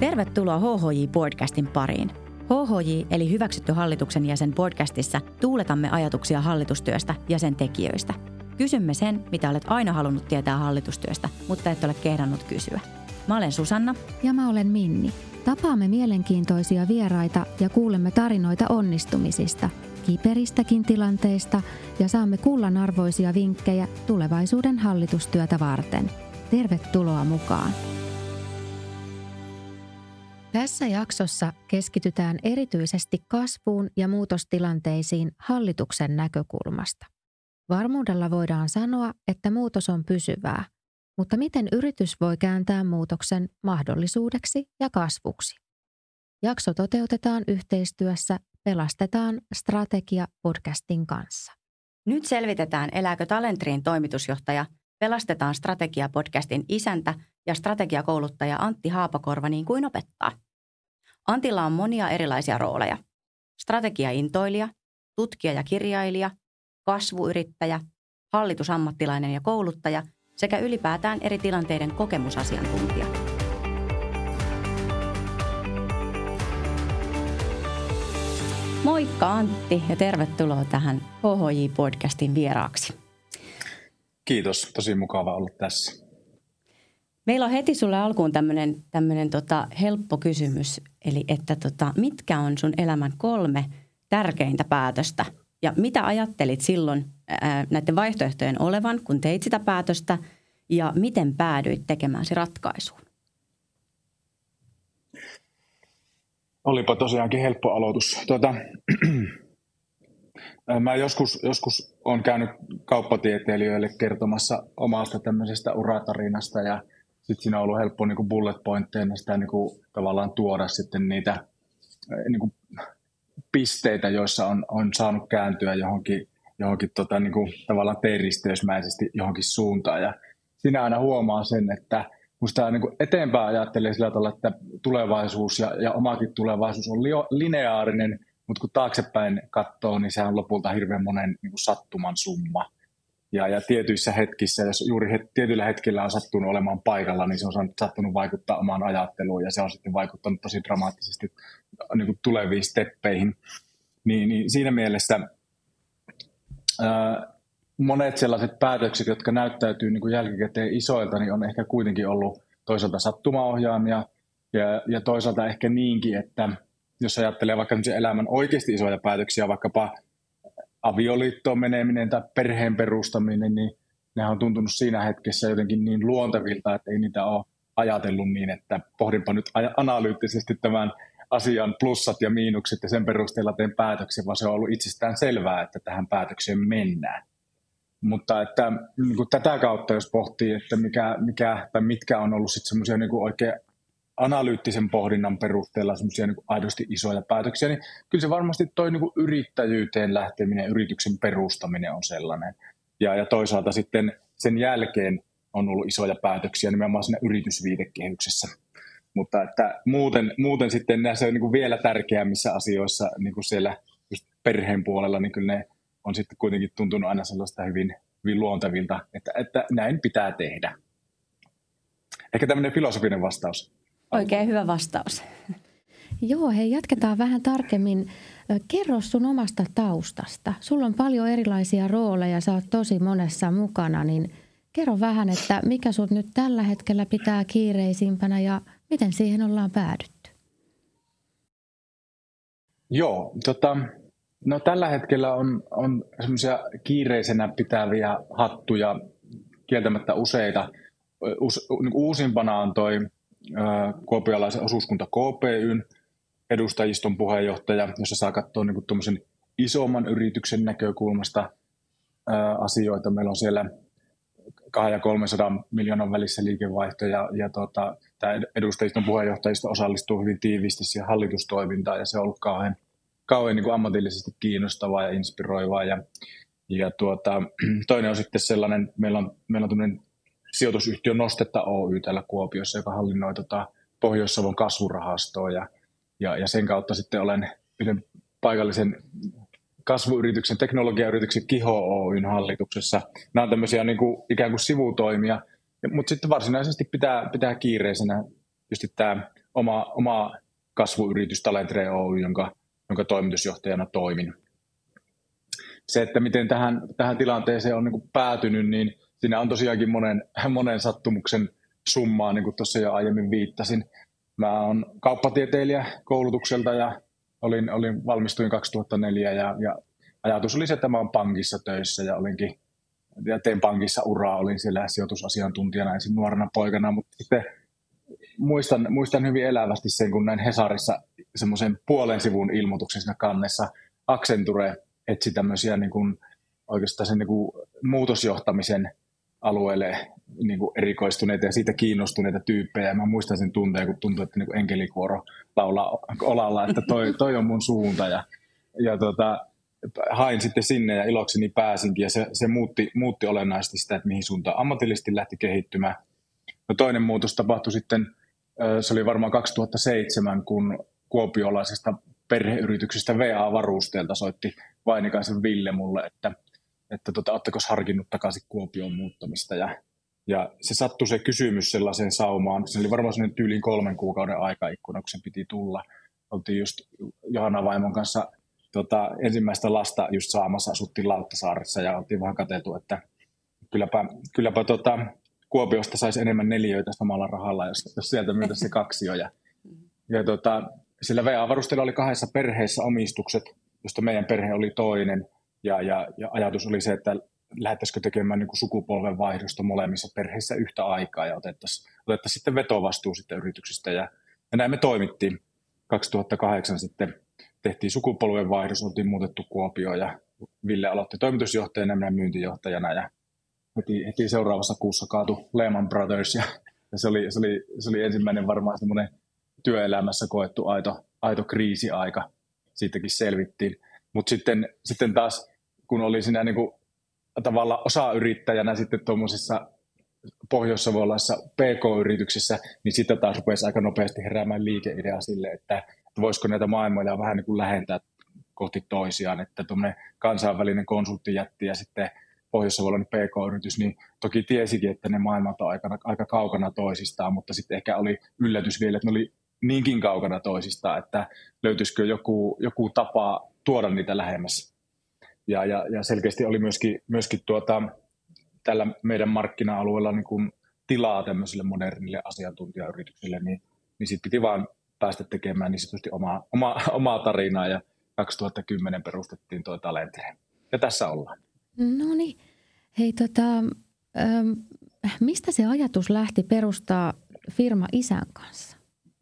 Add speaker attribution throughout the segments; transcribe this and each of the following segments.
Speaker 1: Tervetuloa HHJ-podcastin pariin. HHJ eli hyväksytty hallituksen jäsen podcastissa tuuletamme ajatuksia hallitustyöstä ja sen tekijöistä. Kysymme sen, mitä olet aina halunnut tietää hallitustyöstä, mutta et ole kehdannut kysyä. Mä olen Susanna.
Speaker 2: Ja mä olen Minni. Tapaamme mielenkiintoisia vieraita ja kuulemme tarinoita onnistumisista, kiperistäkin tilanteista ja saamme kullanarvoisia vinkkejä tulevaisuuden hallitustyötä varten. Tervetuloa mukaan! Tässä jaksossa keskitytään erityisesti kasvuun ja muutostilanteisiin hallituksen näkökulmasta. Varmuudella voidaan sanoa, että muutos on pysyvää, mutta miten yritys voi kääntää muutoksen mahdollisuudeksi ja kasvuksi? Jakso toteutetaan yhteistyössä Pelastetaan strategia podcastin kanssa.
Speaker 1: Nyt selvitetään, elääkö Talentrin toimitusjohtaja, Pelastetaan strategia podcastin isäntä ja strategiakouluttaja Antti Haapakorva niin kuin opettaa. Antilla on monia erilaisia rooleja. Strategiaintoilija, tutkija ja kirjailija, kasvuyrittäjä, hallitusammattilainen ja kouluttaja sekä ylipäätään eri tilanteiden kokemusasiantuntija. Moikka Antti ja tervetuloa tähän HHJ-podcastin vieraaksi.
Speaker 3: Kiitos, tosi mukava olla tässä.
Speaker 1: Meillä on heti sulle alkuun tämmöinen helppo kysymys, eli että mitkä on sun elämän 3 tärkeintä päätöstä ja mitä ajattelit silloin näiden vaihtoehtojen olevan, kun teit sitä päätöstä ja miten päädyit tekemään se ratkaisuun?
Speaker 3: Olipa tosiaankin helppo aloitus. Mä joskus olen käynyt kauppatieteilijöille kertomassa omasta tämmöisestä uratarinasta ja sitten siinä on ollut helppo niin kuin bullet pointteina sitä niin kuin tavallaan tuoda sitten niitä niin kuin pisteitä, joissa on saanut kääntyä johonkin niin kuin tavallaan teeristeysmäisesti johonkin suuntaan. Ja siinä aina huomaa sen, että kun sitä niin kuin eteenpäin ajattelee sillä tavalla, että tulevaisuus ja omakin tulevaisuus on lineaarinen, mutta kun taaksepäin katsoo, niin se on lopulta hirveän monen niin kuin sattuman summa. Ja tietyissä hetkissä, jos juuri tietyillä hetkillä on sattunut olemaan paikalla, niin se on sattunut vaikuttaa omaan ajatteluun ja se on sitten vaikuttanut tosi dramaattisesti niin kuin tuleviin steppeihin. Niin siinä mielessä monet sellaiset päätökset, jotka näyttäytyy niin kuin jälkikäteen isoilta, niin on ehkä kuitenkin ollut toisaalta sattumaohjaamia ja toisaalta ehkä niinkin, että jos ajattelee vaikka elämän oikeasti isoja päätöksiä, vaikkapa avioliittoon meneminen tai perheen perustaminen, niin nehän on tuntunut siinä hetkessä jotenkin niin luontevilta, että ei niitä ole ajatellut niin, että pohdinpa nyt analyyttisesti tämän asian plussat ja miinukset ja sen perusteella teen päätöksen, vaan se on ollut itsestään selvää, että tähän päätökseen mennään. Mutta että niin kuin tätä kautta, jos pohtii, että mitkä on ollut sitten semmoisia niin kuin oikein analyyttisen pohdinnan perusteella semmoisia niin kuin aidosti isoja päätöksiä, niin kyllä se varmasti toi niin kuin yrittäjyyteen lähteminen, yrityksen perustaminen on sellainen. Ja toisaalta sitten sen jälkeen on ollut isoja päätöksiä nimenomaan siinä yritysviitekehyksessä. Mutta että muuten sitten näissä niin kuin vielä tärkeämmissä asioissa niin kuin siellä just perheen puolella, niin kyllä ne on sitten kuitenkin tuntunut aina sellaista hyvin luontevilta, että näin pitää tehdä. Ehkä tämmöinen filosofinen vastaus.
Speaker 1: Oikein hyvä vastaus.
Speaker 2: Joo, hei, jatketaan vähän tarkemmin. Kerro sun omasta taustasta. Sulla on paljon erilaisia rooleja, sä oot tosi monessa mukana, niin kerro vähän, että mikä sut nyt tällä hetkellä pitää kiireisimpänä ja miten siihen ollaan päädytty?
Speaker 3: Joo, no tällä hetkellä on semmoisia kiireisenä pitäviä hattuja kieltämättä useita. Uusimpana on toi kuopiolaisen osuuskunta KPY:n edustajiston puheenjohtaja, jossa saa katsoa niin kuin tuommoisen isomman yrityksen näkökulmasta asioita. Meillä on siellä 200 ja 300 miljoonan välissä liikevaihto ja tämä edustajiston puheenjohtajisto osallistuu hyvin tiiviisti siihen hallitustoimintaan ja se on ollut kauhean niin kuin ammatillisesti kiinnostavaa ja inspiroivaa. Ja toinen on sitten sellainen, meillä on tämmöinen sijoitusyhtiö Nostetta Oy täällä Kuopiossa, joka hallinnoi Pohjois-Savon kasvurahastoa ja sen kautta sitten olen yhden paikallisen kasvuyrityksen, teknologiayrityksen Kiho Oyn hallituksessa. Nämä on tämmöisiä niin kuin, ikään kuin sivutoimia, mutta sitten varsinaisesti pitää kiireisenä just tämä oma kasvuyritys Talentree Oy, jonka toimitusjohtajana toimin. Se, että miten tähän tilanteeseen on niin kuin päätynyt, niin siinä on tosiaankin monen sattumuksen summaa, niin kuin tuossa jo aiemmin viittasin. Mä oon kauppatieteilijä koulutukselta ja valmistuin 2004 ja ajatus oli se, että mä oon pankissa töissä ja tein pankissa uraa, olin siellä sijoitusasiantuntijana ensin nuorena poikana, mutta sitten muistan hyvin elävästi sen, kun näin Hesarissa semmoisen puolen sivun ilmoituksen siinä kannessa Accenture etsi tämmöisiä niin kuin, oikeastaan sen niin kuin muutosjohtamisen alueelle niin kuin erikoistuneita ja siitä kiinnostuneita tyyppejä. Mä muistan sen tunteen, kun tuntui, että niin kuin enkelikuoro laulaa olalla, että toi on mun suunta. Ja hain sitten sinne ja ilokseni pääsinkin ja se muutti olennaisesti sitä, että mihin suuntaan ammatillisesti lähti kehittymään. No toinen muutos tapahtui sitten, se oli varmaan 2007, kun kuopiolaisesta perheyrityksestä VA-varusteelta soitti Vainikaisen Ville mulle, että ootteko harkinnut takaisin Kuopioon muuttamista. Ja se sattui se kysymys sellaiseen saumaan. Se oli varmaan sellainen tyyliin 3 kuukauden aikaikkuna, kun sen piti tulla. Oltiin just Johanna vaimon kanssa ensimmäistä lasta just saamassa, asuttiin Lauttasaaressa ja oltiin vähän katseltu, että kylläpä Kuopiosta saisi enemmän neliöitä samalla rahalla, jos sieltä myytäisi se kaksio. Ja sillä VA-varusteella oli 2 perheessä omistukset, josta meidän perhe oli toinen. Ja ajatus oli se, että lähdettäisikö tekemään niin kuin sukupolvenvaihdosta molemmissa perheissä yhtä aikaa ja otettaisiin sitten vetovastuu sitten yrityksestä. Ja näin me toimittiin. 2008 sitten tehtiin sukupolvenvaihdos, oltiin muutettu Kuopioon ja Ville aloitti toimitusjohtajana ja minä myyntijohtajana. Ja heti seuraavassa kuussa kaatui Lehman Brothers ja se oli ensimmäinen varmaan semmoinen työelämässä koettu aito kriisiaika. Siitäkin selvittiin. Mutta sitten taas, kun oli siinä niin kuin tavallaan osayrittäjänä sitten tuommoisissa pohjois-savolaisissa PK-yrityksissä, niin sitten taas rupesi aika nopeasti heräämään liikeidea sille, että voisiko näitä maailmoja vähän niin kuin lähentää kohti toisiaan, että tuommoinen kansainvälinen konsulttijätti ja sitten pohjois-savolainen PK-yritys, niin toki tiesikin, että ne maailmat on aika kaukana toisistaan, mutta sitten ehkä oli yllätys vielä, että ne oli niinkin kaukana toisistaan, että löytyisikö joku tapa tuoda niitä lähemmäs. Ja selkeästi oli myöskin tällä meidän markkina-alueella niin kuin tilaa tämmöisille modernille asiantuntijayrityksille, niin siitä piti vaan päästä tekemään niin sanotusti omaa tarinaa, ja 2010 perustettiin tuo Talentree. Ja tässä ollaan.
Speaker 2: No niin. Hei, mistä se ajatus lähti perustaa firma isän kanssa?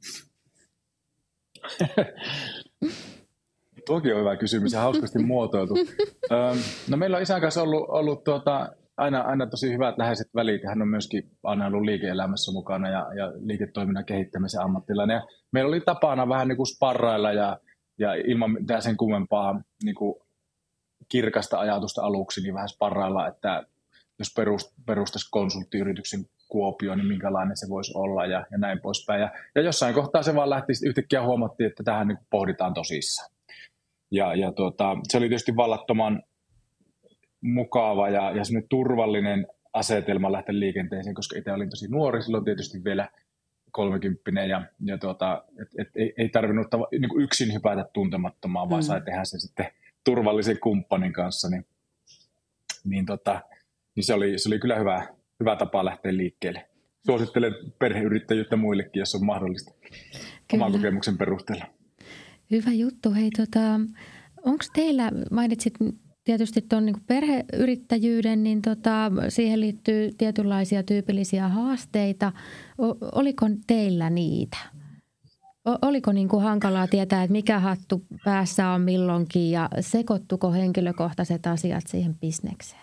Speaker 3: Tuokin on hyvä kysymys ja hauskasti muotoiltu. No meillä on isän kanssa ollut aina tosi hyvät läheiset välit. Hän on myöskin aina ollut liike-elämässä mukana ja liiketoiminnan kehittämisen ammattilainen. Ja meillä oli tapana vähän niin kuin sparrailla ja ilman mitään sen kummempaa niin kuin kirkasta ajatusta aluksi, niin vähän sparrailla, että jos perustaisi konsulttiyrityksen Kuopioon, niin minkälainen se voisi olla ja näin poispäin. Ja jossain kohtaa se vaan lähti, yhtäkkiä huomattiin, että tähän niin kuin pohditaan tosissaan. Ja se oli tietysti vallattoman mukava ja semmoinen turvallinen asetelma lähteä liikenteeseen, koska itse olin tosi nuori, silloin tietysti vielä 30 ja ei tarvinnut niin kuin yksin hypätä tuntemattomaan, vaan sai tehdä sen sitten turvallisen kumppanin kanssa, niin se oli kyllä hyvä tapa lähteä liikkeelle. Suosittelen perheyrittäjyyttä muillekin, jos on mahdollista oman kokemuksen perusteella.
Speaker 2: Hyvä juttu. Hei, onko teillä, mainitsit tietysti tuon niin perheyrittäjyyden, niin siihen liittyy tietynlaisia tyypillisiä haasteita. Oliko teillä niitä? Oliko niin kuin hankalaa tietää, että mikä hattu päässä on milloinkin ja sekoittuko henkilökohtaiset asiat siihen bisnekseen?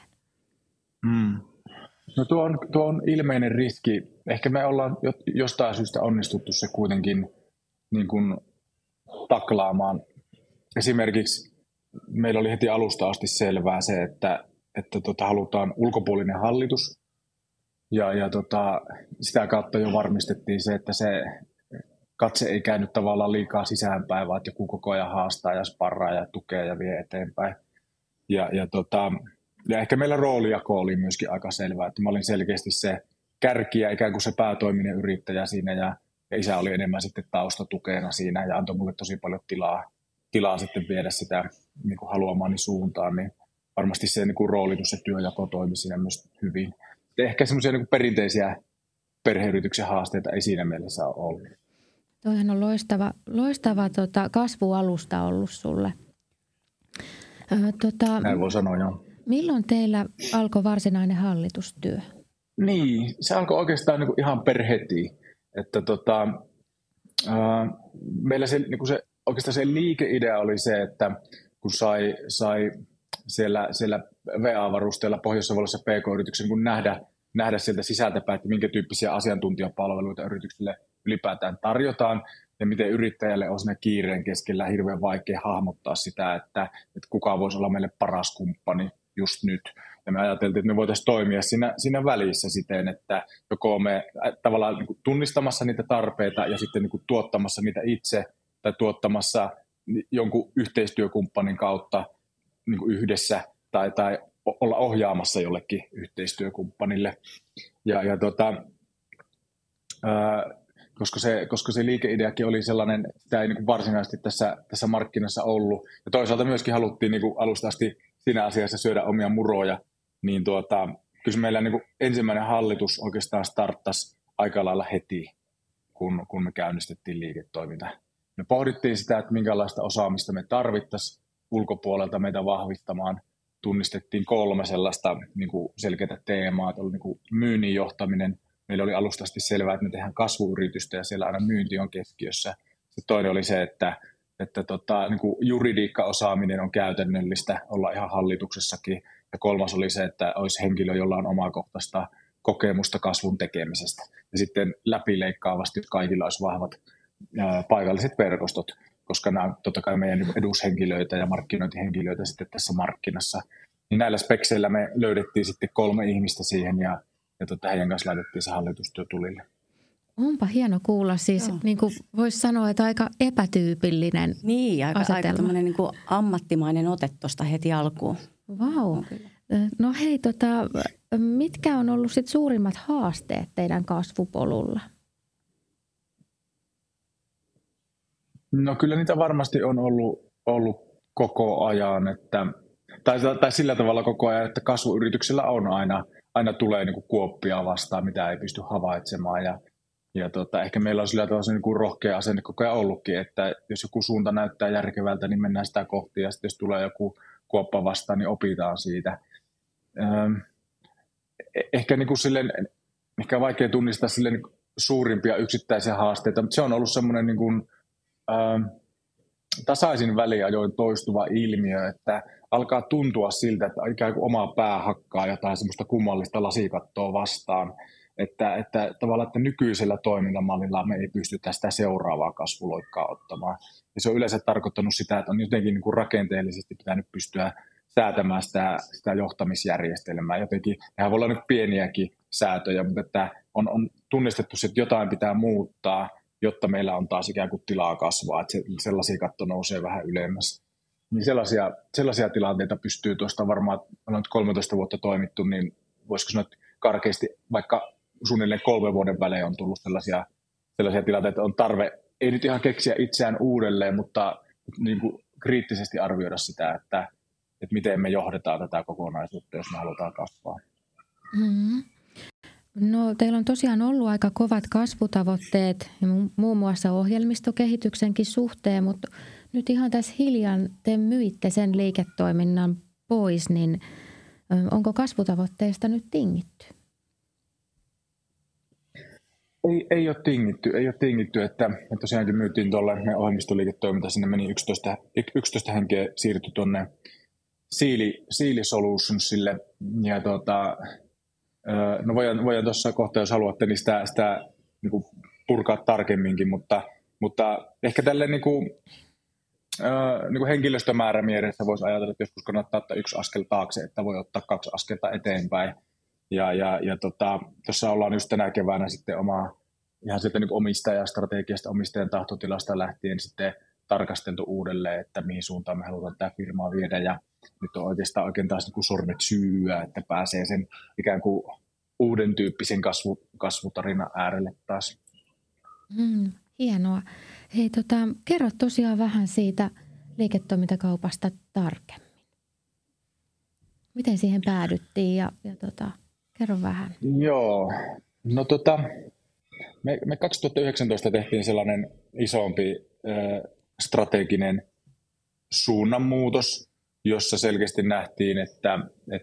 Speaker 3: No tuo on ilmeinen riski. Ehkä me ollaan jostain syystä onnistuttu se kuitenkin niin kuin taklaamaan. Esimerkiksi meillä oli heti alusta asti selvää se, että halutaan ulkopuolinen hallitus ja sitä kautta jo varmistettiin se, että se katse ei käynyt tavallaan liikaa sisäänpäin, vaan että joku koko ajan haastaa ja sparraa ja tukee ja vie eteenpäin. Ja ehkä meillä roolijako oli myöskin aika selvää, että mä olin selkeästi se kärki ja ikään kuin se päätoiminen yrittäjä siinä ja ja isä oli enemmän sitten taustatukena siinä ja antoi mulle tosi paljon tilaa sitten viedä sitä niin kuin haluamaani suuntaan, niin varmasti se niin kuin roolitus ja työjako toimi siinä myös hyvin. Ehkä semmoisia niin kuin perinteisiä perheyrityksen haasteita ei siinä mielessä ole ollut.
Speaker 2: Toihan on loistava kasvualusta ollut sulle.
Speaker 3: Näin voi sanoa, joo.
Speaker 2: Milloin teillä alkoi varsinainen hallitustyö?
Speaker 3: Niin, se alkoi oikeastaan niin kuin ihan per heti. Että meillä oikeastaan se liikeidea oli se, että kun sai siellä VA-varusteella Pohjois-Savossa PK-yrityksen kun nähdä sieltä sisältäpäin, että minkä tyyppisiä asiantuntijapalveluita yrityksille ylipäätään tarjotaan ja miten yrittäjälle on siinä kiireen keskellä hirveän vaikea hahmottaa sitä, että kuka voisi olla meille paras kumppani just nyt. Ja me ajateltiin, että me voitaisiin toimia siinä välissä siten, että joko me tavallaan niin kuin tunnistamassa niitä tarpeita ja sitten niin kuin tuottamassa niitä itse tai tuottamassa jonkun yhteistyökumppanin kautta niin kuin yhdessä tai olla ohjaamassa jollekin yhteistyökumppanille. Koska se liikeideakin oli sellainen, sitä ei niin kuin varsinaisesti tässä markkinassa ollut. Ja toisaalta myöskin haluttiin niin kuin alusta asti siinä asiassa syödä omia muroja, niin kyllä meillä niin kuin ensimmäinen hallitus oikeastaan starttasi aika lailla heti, kun me käynnistettiin liiketoiminta. Me pohdittiin sitä, että minkälaista osaamista me tarvittaisiin ulkopuolelta meitä vahvistamaan. Tunnistettiin 3 sellaista niin kuin selkeää teemaa, että oli niin kuin myynnin johtaminen. Meillä oli alusta asti selvää, että me tehdään kasvuyritystä ja siellä aina myynti on keskiössä. Se toinen oli se, että niin kuin juridiikkaosaaminen on käytännöllistä olla ihan hallituksessakin. Ja 3 oli se, että olisi henkilö, jolla on omakohtaista kokemusta kasvun tekemisestä. Ja sitten läpileikkaavasti kaikilla olisi vahvat paikalliset verkostot, koska nämä on totta kai meidän edushenkilöitä ja markkinointihenkilöitä sitten tässä markkinassa. Niin näillä spekseillä me löydettiin sitten 3 ihmistä siihen ja heidän kanssa laitettiin se hallitustyö tulille.
Speaker 2: Onpa hieno kuulla. Siis niin kuin voisi sanoa, että aika epätyypillinen
Speaker 1: niin,
Speaker 2: asetelma.
Speaker 1: Aika tämmöinen niin kuin ammattimainen ote tuosta heti alkuun.
Speaker 2: Vau. No hei, mitkä on ollut sit suurimmat haasteet teidän kasvupolulla?
Speaker 3: No kyllä niitä varmasti on ollut koko ajan, tai sillä tavalla koko ajan, että kasvuyrityksellä on aina tulee niin kuin kuoppia vastaan, mitä ei pysty havaitsemaan. Ja ehkä meillä on sillä tavalla niin kuin rohkea asenne koko ajan ollutkin, että jos joku suunta näyttää järkevältä, niin mennään sitä kohti. Ja sitten jos tulee joku kuoppa vastaan, niin opitaan siitä. Ehkä niin kuin silleen, ehkä on vaikea tunnistaa silleen suurimpia yksittäisiä haasteita, mutta se on ollut semmoinen niin kuin tasaisin väliajoin toistuva ilmiö, että alkaa tuntua siltä, että ikään kuin oma pää hakkaa jotain semmoista kummallista lasikattoa vastaan, että tavallaan että nykyisellä toimintamallilla me ei pystytä sitä seuraavaa kasvuloikkaa ottamaan. Ja se on yleensä tarkoittanut sitä, että on jotenkin niin kuin rakenteellisesti pitänyt pystyä säätämään sitä johtamisjärjestelmää. Jotenkin, nehän voi olla nyt pieniäkin säätöjä, mutta että on tunnistettu, että jotain pitää muuttaa, jotta meillä on taas ikään kuin tilaa kasvaa, että se lasikatto nousee vähän ylemmäs. Niin sellaisia tilanteita pystyy tuosta varmaan, on 13 vuotta toimittu, niin voisiko sanoa, että karkeasti vaikka suunnilleen 3 vuoden välein on tullut sellaisia tilanteita, että on tarve, ei nyt ihan keksiä itseään uudelleen, mutta niin kuin kriittisesti arvioida sitä, että miten me johdetaan tätä kokonaisuutta, jos me halutaan kasvaa.
Speaker 2: Mm-hmm. No teillä on tosiaan ollut aika kovat kasvutavoitteet, muun muassa ohjelmistokehityksenkin suhteen, mutta nyt ihan tässä hiljan te myitte sen liiketoiminnan pois, niin onko kasvutavoitteista nyt tingitty?
Speaker 3: Ei ole tingitty, että tosiaankin myytiin tuolle meidän ohjelmistoliiketoiminta, sinne meni 11 henkeä siirtyi tuonne Siili Solutionsille ja no voidaan tuossa kohtaa, jos haluatte, niin sitä niin kuin purkaa tarkemminkin, mutta ehkä tälleen niin kuin henkilöstömäärä mielessä voisi ajatella, että joskus kannattaa ottaa 1 askel taakse, että voi ottaa 2 askelta eteenpäin. Tuossa ollaan just tänä keväänä sitten ihan sieltä niin omistajastrategiasta, omistajan tahtotilasta lähtien sitten tarkasteltu uudelleen, että mihin suuntaan me halutaan tämä firmaa viedä, ja nyt on oikein taas niin kuin sormet syyä, että pääsee sen ikään kuin uuden tyyppisen kasvutarinan äärelle taas.
Speaker 2: Hienoa. Hei, kerro tosiaan vähän siitä liiketoimintakaupasta tarkemmin. Miten siihen päädyttiin ja kerro vähän.
Speaker 3: Joo, no me 2019 tehtiin sellainen isompi strateginen suunnanmuutos, jossa selkeästi nähtiin, että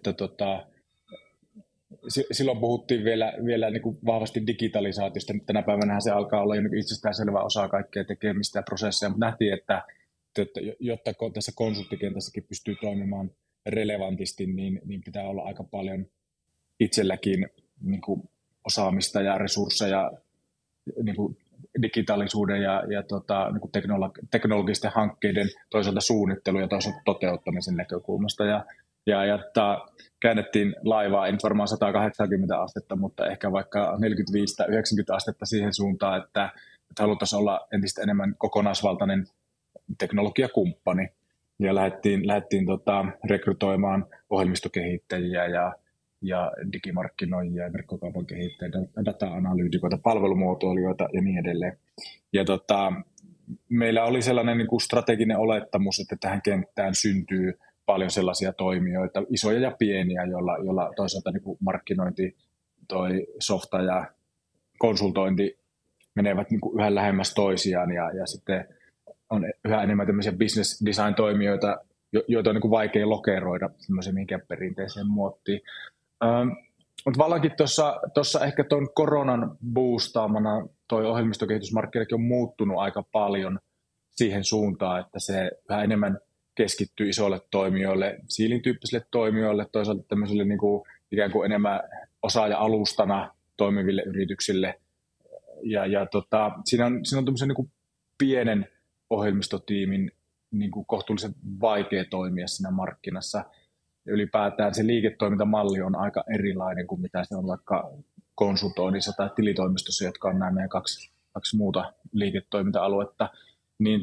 Speaker 3: silloin puhuttiin vielä niin kuin vahvasti digitalisaatiosta. Nyt tänä päivänä se alkaa olla jo niin itsestäänselvä osa kaikkea tekemistä ja prosesseja, mutta nähtiin, että jotta tässä konsulttikentässäkin pystyy toimimaan relevantisti, niin pitää olla aika paljon itselläkin niin kuin osaamista ja resursseja niin kuin digitaalisuuden ja niin kuin teknologisten hankkeiden toisaalta suunnittelu ja toisaalta toteuttamisen näkökulmasta. Käännettiin laivaa, en varmaan 180 astetta, mutta ehkä vaikka 45 tai 90 astetta siihen suuntaan, että haluttaisiin olla entistä enemmän kokonaisvaltainen teknologiakumppani. Ja lähdettiin rekrytoimaan ohjelmistokehittäjiä ja digimarkkinoijia ja verkkokaupan kehittäjiä, data-analyytikoita, palvelumuotoilijoita ja niin edelleen. Ja meillä oli sellainen niin kuin strateginen olettamus, että tähän kenttään syntyy paljon sellaisia toimijoita, isoja ja pieniä, joilla toisaalta niin kuin markkinointi, toi softa ja konsultointi menevät niin kuin yhä lähemmäs toisiaan ja sitten on yhä enemmän tämmöisiä business design-toimijoita, joita on niin kuin vaikea lokeroida semmoisen mihinkään perinteiseen muottiin. Mutta vallankin tuossa ehkä tuon koronan boostaamana toi ohjelmistokehitysmarkkinakin on muuttunut aika paljon siihen suuntaan, että se yhä enemmän keskittyy isoille toimijoille, siilin tyyppisille toimijoille, toisaalta tämmöisille niin kuin ikään kuin enemmän osaaja-alustana toimiville yrityksille. Siinä on tämmöisen niin kuin pienen ohjelmistotiimin niin kuin kohtuullisen vaikea toimia siinä markkinassa. Ja ylipäätään se liiketoimintamalli on aika erilainen kuin mitä se on vaikka konsultoinnissa tai tilitoimistossa, jotka on nämä meidän kaksi muuta liiketoiminta-aluetta. Niin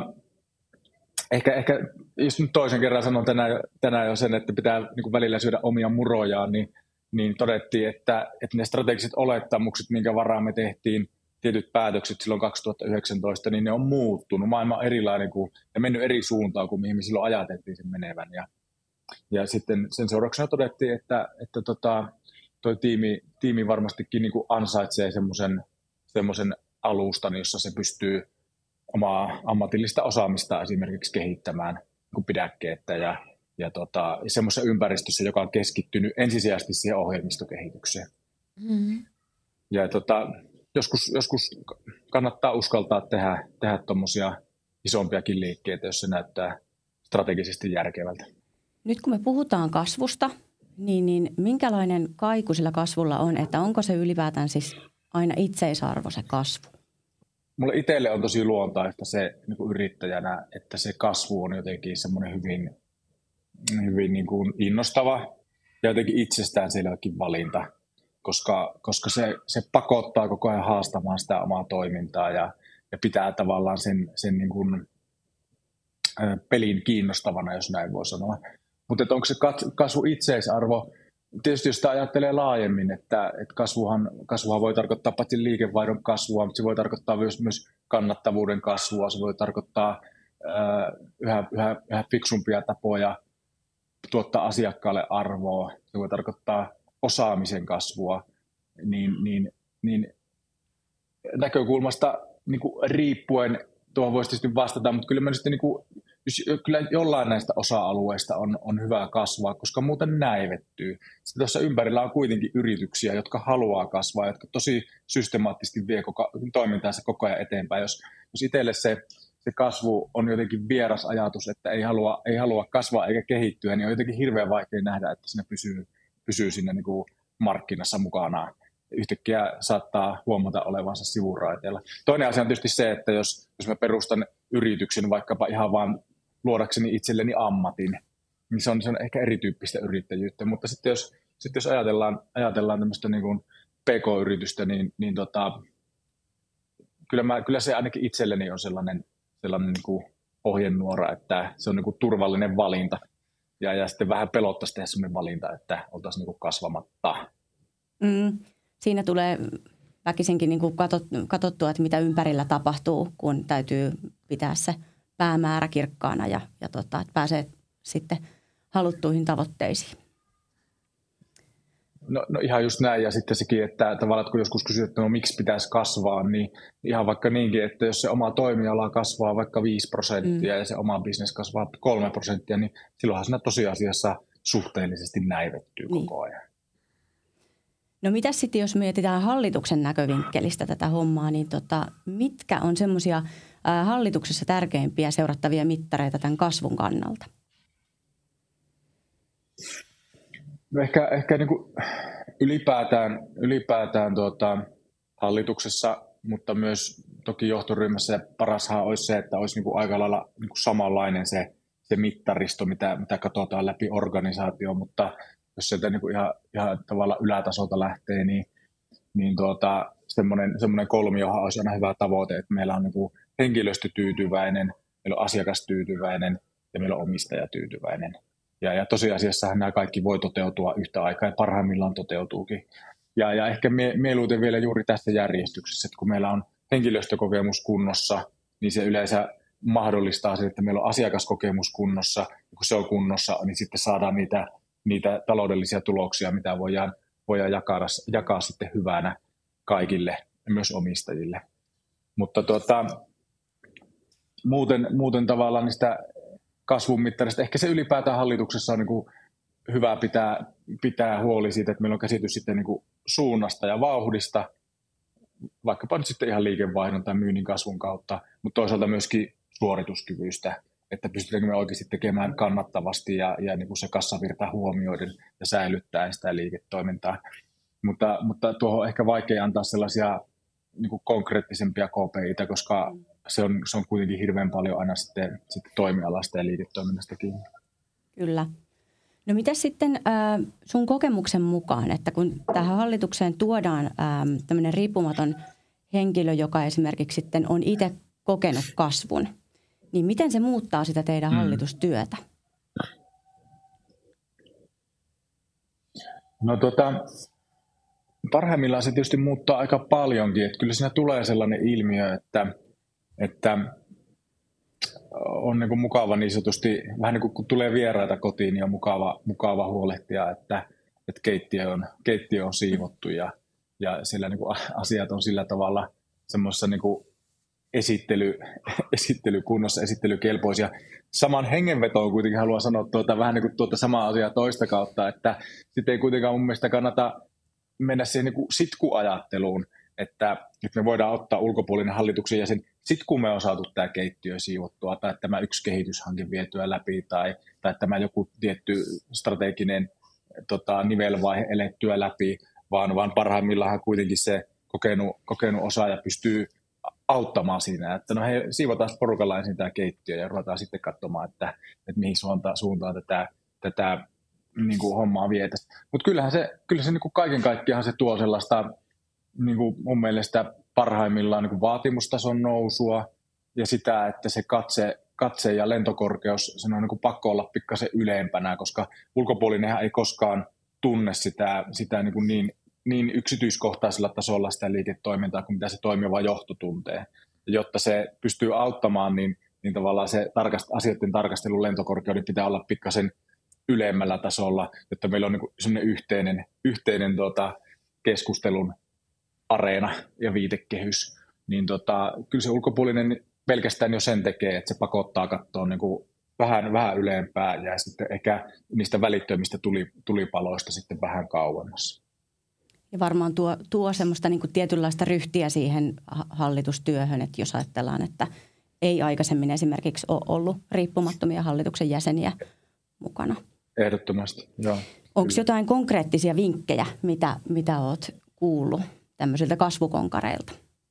Speaker 3: ehkä jos nyt toisen kerran sanon tänään jo sen, että pitää niin kuin välillä syödä omia murojaan, niin todettiin, että ne strategiset olettamukset, minkä varaan me tehtiin tietyt päätökset silloin 2019, niin ne on muuttunut. Maailma on erilainen ja mennyt eri suuntaan kuin mihin me silloin ajateltiin sen menevän. Ja sitten sen seurauksena todettiin, että toi tiimi varmastikin niin kuin ansaitsee semmoisen alustan, jossa se pystyy omaa ammatillista osaamista esimerkiksi kehittämään niin pidäkkeettä ja semmoisessa ympäristössä, joka on keskittynyt ensisijaisesti siihen ohjelmistokehitykseen. Mm-hmm. Ja joskus kannattaa uskaltaa tehdä tuommoisia isompiakin liikkeitä, jos se näyttää strategisesti järkevältä.
Speaker 1: Nyt kun me puhutaan kasvusta, niin minkälainen kaiku sillä kasvulla on, että onko se ylipäätään siis aina itseisarvo se kasvu?
Speaker 3: Mulle itselle on tosi luontaista se niin kuin yrittäjänä, että se kasvu on jotenkin semmoinen hyvin niin kuin innostava ja jotenkin itsestäänselväkin valinta, koska se pakottaa koko ajan haastamaan sitä omaa toimintaa ja pitää tavallaan sen niin kuin pelin kiinnostavana, jos näin voi sanoa. Mutta onko se kasvu itseisarvo? Tietysti jos sitä ajattelee laajemmin, että kasvuhan voi tarkoittaa paitsi liikevaihdon kasvua, mutta se voi tarkoittaa myös kannattavuuden kasvua, se voi tarkoittaa yhä fiksumpia tapoja tuottaa asiakkaalle arvoa, se voi tarkoittaa osaamisen kasvua, niin näkökulmasta niin kuin riippuen tuohon voisi tietysti vastata, mutta kyllä mä sitten kyllä jollain näistä osa-alueista on hyvä kasvaa, koska muuten näivettyy. Sitten tuossa ympärillä on kuitenkin yrityksiä, jotka haluaa kasvaa, jotka tosi systemaattisesti vie toimintaansa koko ajan eteenpäin. Jos itselle se kasvu on jotenkin vieras ajatus, että ei halua kasvaa eikä kehittyä, niin on jotenkin hirveän vaikea nähdä, että siinä pysyy siinä niin kuin markkinassa mukanaan. Yhtäkkiä saattaa huomata olevansa sivuraiteella. Toinen asia on tietysti se, että jos mä perustan yrityksen vaikkapa ihan vaan luodakseni itselleni ammatin, niin se on ehkä erityyppistä yrittäjyyttä. Mutta sitten jos ajatellaan tämmöistä niin kuin PK-yritystä, niin kyllä se ainakin itselleni on sellainen niin kuin ohjenuora, että se on niin kuin turvallinen valinta. Ja sitten vähän pelottaisi tehdä sellainen valinta, että oltaisiin niin kuin kasvamatta.
Speaker 1: Siinä tulee väkisinkin niin kuin katsottua, että mitä ympärillä tapahtuu, kun täytyy pitää se päämäärä kirkkaana ja että pääsee sitten haluttuihin tavoitteisiin.
Speaker 3: No ihan just näin, ja sitten sekin, että tavallaan kun joskus kysyt, että no miksi pitäisi kasvaa, niin ihan vaikka niinkin, että jos se oma toimiala kasvaa vaikka 5% ja se oma bisnes kasvaa 3%, niin silloinhan siinä tosiasiassa suhteellisesti näivettyy koko ajan.
Speaker 1: No mitäs sitten, jos mietitään hallituksen näkövinkkelistä tätä hommaa, niin mitkä on semmoisia hallituksessa tärkeimpiä seurattavia mittareita tämän kasvun kannalta?
Speaker 3: No ehkä niin kuin ylipäätään hallituksessa, mutta myös toki johtoryhmässä parashan olisi se, että olisi niin kuin aika lailla niin kuin samanlainen se mittaristo, mitä katsotaan läpi organisaatio, mutta jos sieltä niin kuin ihan tavalla ylätasolta lähtee, niin semmoinen kolmiohan olisi aina hyvä tavoite, että meillä on niin kuin henkilöstö tyytyväinen, meillä on asiakas tyytyväinen ja meillä on omistaja tyytyväinen. Ja tosiasiassahan nämä kaikki voi toteutua yhtä aikaa ja parhaimmillaan toteutuukin. Ja ehkä mieluiten vielä juuri tässä järjestyksessä, että kun meillä on henkilöstökokemus kunnossa, niin se yleensä mahdollistaa sen, että meillä on asiakaskokemus kunnossa. Ja kun se on kunnossa, niin sitten saadaan niitä taloudellisia tuloksia, mitä voidaan jakaa sitten hyvänä kaikille, myös omistajille. Mutta muuten tavallaan niistä kasvun mittarista. Ehkä se ylipäätään hallituksessa on niin kuin hyvä pitää huoli siitä, että meillä on käsitys sitten niin kuin suunnasta ja vauhdista, vaikkapa nyt sitten ihan liikevaihdon tai myynnin kasvun kautta, mutta toisaalta myöskin suorituskyvyistä, että pystytäänkö me oikeasti tekemään kannattavasti ja niin kuin se kassavirta huomioiden ja säilyttäen sitä liiketoimintaa. Mutta tuohon on ehkä vaikea antaa sellaisia niin kuin konkreettisempia KPI:tä, koska se on kuitenkin hirveän paljon aina sitten toimialasta ja liiketoiminnastakin.
Speaker 1: Kyllä. No mitä sitten sun kokemuksen mukaan, että kun tähän hallitukseen tuodaan tämmöinen riippumaton henkilö, joka esimerkiksi sitten on itse kokenut kasvun, niin miten se muuttaa sitä teidän hallitustyötä?
Speaker 3: No parhaimmillaan se tietysti muuttaa aika paljonkin. Että kyllä siinä tulee sellainen ilmiö, että on niin kuin mukava niin sanotusti, vähän niin kuin kun tulee vieraita kotiin, niin on mukava huolehtia, että keittiö on siivottu ja siellä niin kuin asiat on sillä tavalla semmoisessa niin kuin esittelykunnossa, esittelykelpoisia. Saman hengenvetoon kuitenkin haluan sanoa vähän niin kuin samaa asiaa toista kautta, että sitten ei kuitenkaan mun mielestä kannata mennä siihen niin kuin sitkuajatteluun, että me voidaan ottaa ulkopuolinen hallituksen jäsen, sitten kun me on saatu tämä keittiö siivottua tai tämä yksi kehityshanke vietyä läpi tai tämä joku tietty strateginen nivelvaihe elettyä läpi, vaan parhaimmillaan kuitenkin se kokenut osaaja pystyy auttamaan siinä, että no hei, siivotaan porukalla ensin tämä keittiö ja ruvetaan sitten katsomaan, että mihin suuntaan tätä niin kuin hommaa vietäisiin. Mutta kyllä se niin kuin kaiken kaikkiaan se tuo sellaista niin kuin mun mielestä parhaimmillaan niin kuin vaatimustason nousua ja sitä, että se katse ja lentokorkeus, sen on niin kuin pakko olla pikkasen ylempänä, koska ulkopuolinenhan ei koskaan tunne sitä niin yksityiskohtaisella tasolla sitä liiketoimintaa kuin mitä se toimiva johto tuntee. Ja jotta se pystyy auttamaan, niin tavallaan se asioiden tarkastelun lentokorkeuden pitää olla pikkasen ylemmällä tasolla, jotta meillä on niin sellainen yhteinen keskustelun areena ja viitekehys. Niin kyllä se ulkopuolinen pelkästään jo sen tekee, että se pakottaa katsoa niin kuin vähän ylempää ja sitten ehkä niistä välittömistä tulipaloista sitten vähän kauemmas.
Speaker 1: Ja varmaan tuo semmoista niin kuin tietynlaista ryhtiä siihen hallitustyöhön, että jos ajatellaan, että ei aikaisemmin esimerkiksi ole ollut riippumattomia hallituksen jäseniä mukana.
Speaker 3: Ehdottomasti, joo.
Speaker 1: Onko jotain konkreettisia vinkkejä, mitä olet kuullut tämmöisiltä kasvukonkareilta?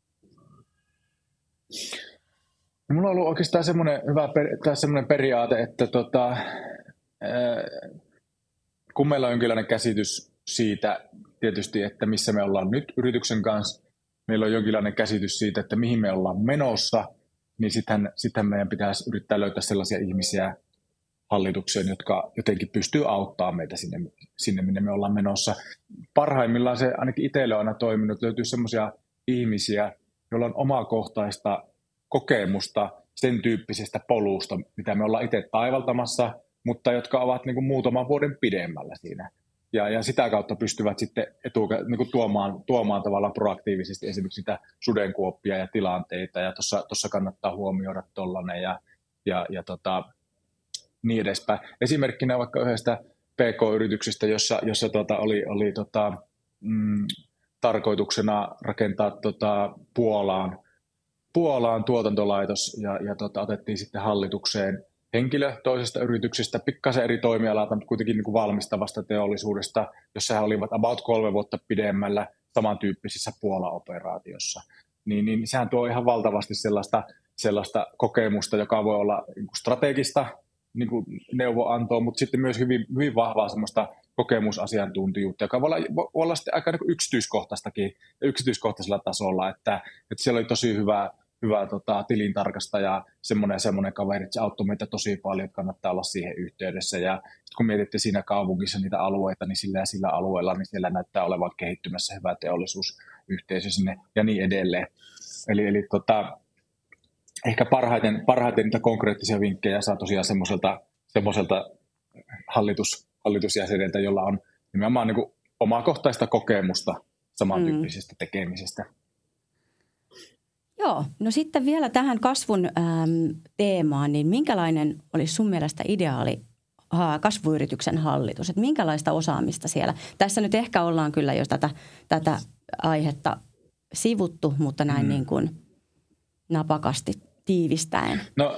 Speaker 3: No, mulla on ollut oikeastaan semmoinen semmoinen periaate, että kun meillä on jonkinlainen käsitys siitä tietysti, että missä me ollaan nyt yrityksen kanssa, meillä on jonkinlainen käsitys siitä, että mihin me ollaan menossa, niin sittenhän meidän pitäisi yrittää löytää sellaisia ihmisiä, hallitukseen, jotka jotenkin pystyy auttamaan meitä sinne, minne me ollaan menossa. Parhaimmillaan se ainakin itselle on aina toiminut, löytyy semmoisia ihmisiä, joilla on omakohtaista kokemusta sen tyyppisestä polusta, mitä me ollaan itse taivaltamassa, mutta jotka ovat niin kuin muutaman vuoden pidemmällä siinä. Ja sitä kautta pystyvät sitten niin kuin tuomaan tavallaan proaktiivisesti esimerkiksi sitä sudenkuoppia ja tilanteita, ja tuossa kannattaa huomioida tollainen ja niin edespäin. Esimerkkinä vaikka yhdestä PK-yrityksestä, jossa oli tarkoituksena rakentaa Puolaan tuotantolaitos ja otettiin sitten hallitukseen henkilö toisesta yrityksestä, pikkasen eri toimialalta, mutta kuitenkin niin kuin valmistavasta teollisuudesta, jossa he olivat about 3 vuotta pidemmällä samantyyppisissä Puola-operaatiossa. Niin sehän tuo ihan valtavasti sellaista kokemusta, joka voi olla niin kuin strategista niin kuin neuvoantoa, mutta sitten myös hyvin, hyvin vahvaa semmoista kokemusasiantuntijuutta, joka voi olla sitten aika niin kuin yksityiskohtaisella tasolla, että siellä oli tosi hyvä tilintarkastaja, semmoinen kaveri, että se auttoi meitä tosi paljon, että kannattaa olla siihen yhteydessä. Ja kun mietitte siinä kaupungissa niitä alueita, niin sillä alueella niin siellä näyttää olevan kehittymässä hyvä teollisuusyhteisö sinne ja niin edelleen. Eli ehkä parhaiten niitä konkreettisia vinkkejä saa tosiaan semmoiselta hallitusjäseneltä, jolla on nimenomaan niin kuin omakohtaista kokemusta samantyyppisestä tekemisestä.
Speaker 1: Joo, no sitten vielä tähän kasvun teemaan, niin minkälainen olisi sun mielestä ideaali kasvuyrityksen hallitus? Että minkälaista osaamista siellä? Tässä nyt ehkä ollaan kyllä jo tätä aihetta sivuttu, mutta näin niin kuin napakasti tiivistäen.
Speaker 3: No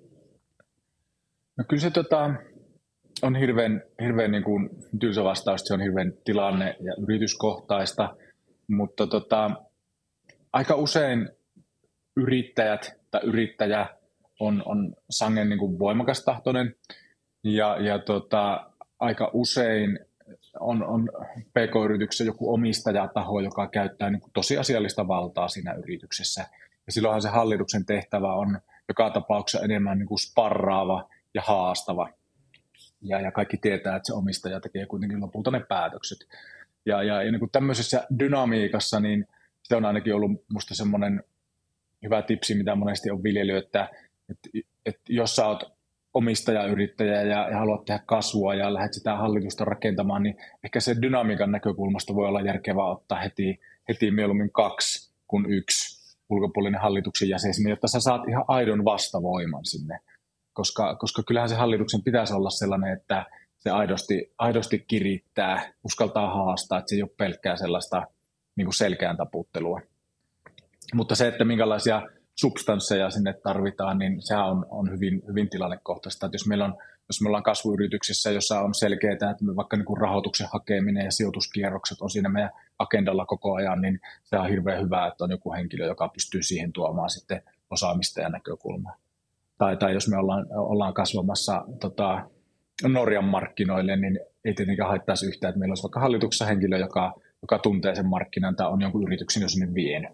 Speaker 3: kyllä se on hirveän niin kuin tylsä vastaus, se on hirveän tilanne- ja yrityskohtaista, mutta aika usein yrittäjät tai yrittäjä on sangen niin kuin voimakastahtoinen ja aika usein on PK-yrityksessä joku omistajataho, joka käyttää niin kuin tosiasiallista valtaa siinä yrityksessä. Ja silloinhan se hallituksen tehtävä on joka tapauksessa enemmän niin kuin sparraava ja haastava. Ja kaikki tietää, että se omistaja tekee kuitenkin lopulta ne päätökset. Ja niin kuin tämmöisessä dynamiikassa, niin se on ainakin ollut musta semmoinen hyvä tipsi, mitä monesti on viljellyt, että jos sä oot omistajayrittäjä ja haluat tehdä kasvua ja lähdet sitä hallitusta rakentamaan, niin ehkä se dynamiikan näkökulmasta voi olla järkevää ottaa heti mieluummin 2 kuin 1 ulkopuolinen hallituksen jäsen sinne, jotta sä saat ihan aidon vastavoiman sinne. Koska kyllähän se hallituksen pitäisi olla sellainen, että se aidosti kirittää, uskaltaa haastaa, että se ei ole pelkkää sellaista niin kuin selkään taputtelua. Mutta se, että minkälaisia substansseja sinne tarvitaan, niin sehän on hyvin, hyvin tilannekohtaista. Että jos me ollaan kasvuyrityksessä, jossa on selkeää, että vaikka niin kuin rahoituksen hakeminen ja sijoituskierrokset on siinä meidän agendalla koko ajan, niin se on hirveän hyvä, että on joku henkilö, joka pystyy siihen tuomaan sitten osaamista ja näkökulmaa. Tai jos me ollaan kasvamassa Norjan markkinoille, niin ei tietenkään haittaisi yhtään, että meillä olisi vaikka hallituksessa henkilö, joka tuntee sen markkinan tai on jonkun yrityksen jo sinne vienyt.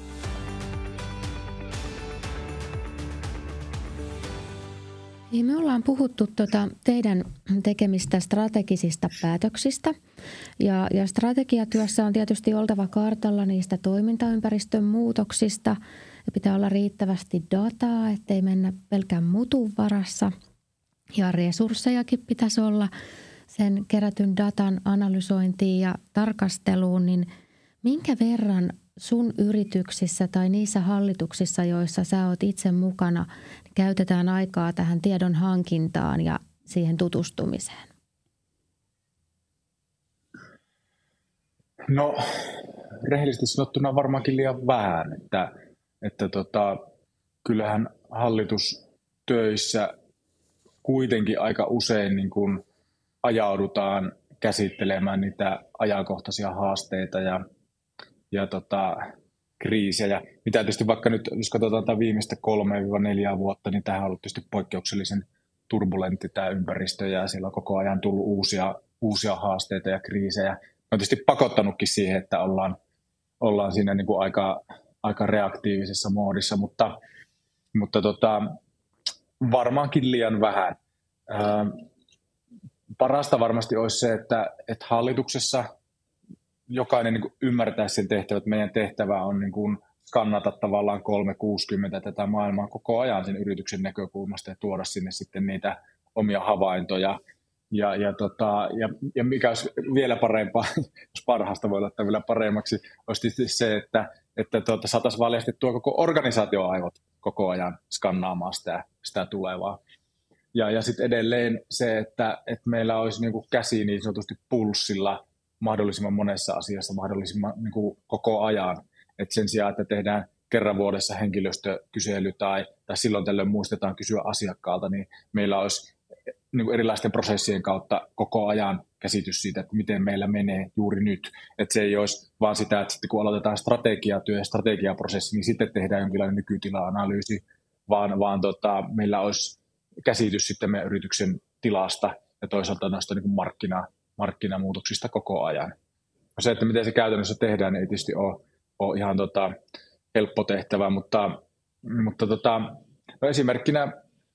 Speaker 2: Niin me ollaan puhuttu teidän tekemistä strategisista päätöksistä ja strategiatyössä on tietysti oltava kartalla niistä toimintaympäristön muutoksista ja pitää olla riittävästi dataa, ettei mennä pelkän mutun varassa ja resurssejakin pitäisi olla sen kerätyn datan analysointiin ja tarkasteluun, niin minkä verran sun yrityksissä tai niissä hallituksissa, joissa sä oot itse mukana, niin käytetään aikaa tähän tiedon hankintaan ja siihen tutustumiseen?
Speaker 3: No, rehellisesti sanottuna varmaankin liian vähän, että kyllähän hallitustöissä kuitenkin aika usein niin kuin ajaudutaan käsittelemään niitä ajankohtaisia haasteita ja kriisejä. Mitä tietysti vaikka nyt, jos katsotaan tätä viimeistä 3-4 vuotta, niin tämähän on ollut tietysti poikkeuksellisen turbulentti tämä ympäristö ja siellä on koko ajan tullut uusia haasteita ja kriisejä. On tietysti pakottanutkin siihen, että ollaan siinä niin kuin aika reaktiivisessa moodissa, mutta varmaankin liian vähän. Parasta varmasti olisi se, että hallituksessa jokainen niin kuin ymmärtää sen tehtävän, että meidän tehtävä on niin kuin skannata tavallaan 360 tätä maailmaa koko ajan sen yrityksen näkökulmasta ja tuoda sinne sitten niitä omia havaintoja. Ja mikä olisi vielä parempaa, jos parhaasta voi laittaa vielä paremmaksi, olisi tietysti se, että saataisiin valjastettua koko organisaatioaivot koko ajan skannaamaan sitä tulevaa. Ja sitten edelleen se, että meillä olisi niin kuin käsi niin sanotusti pulssilla mahdollisimman monessa asiassa, mahdollisimman niin kuin koko ajan. Et sen sijaan, että tehdään kerran vuodessa henkilöstökysely tai silloin tällöin muistetaan kysyä asiakkaalta, niin meillä olisi niin kuin erilaisten prosessien kautta koko ajan käsitys siitä, että miten meillä menee juuri nyt. Että se ei olisi vaan sitä, että sitten kun aloitetaan strategiatyö ja strategiaprosessi, niin sitten tehdään jonkinlainen nykytila-analyysi, vaan meillä olisi käsitys sitten meidän yrityksen tilasta ja toisaalta noista niin kuin markkinamuutoksista koko ajan. Se, että miten se käytännössä tehdään, niin ei tietysti ole ihan helppo tehtävä, mutta esimerkkinä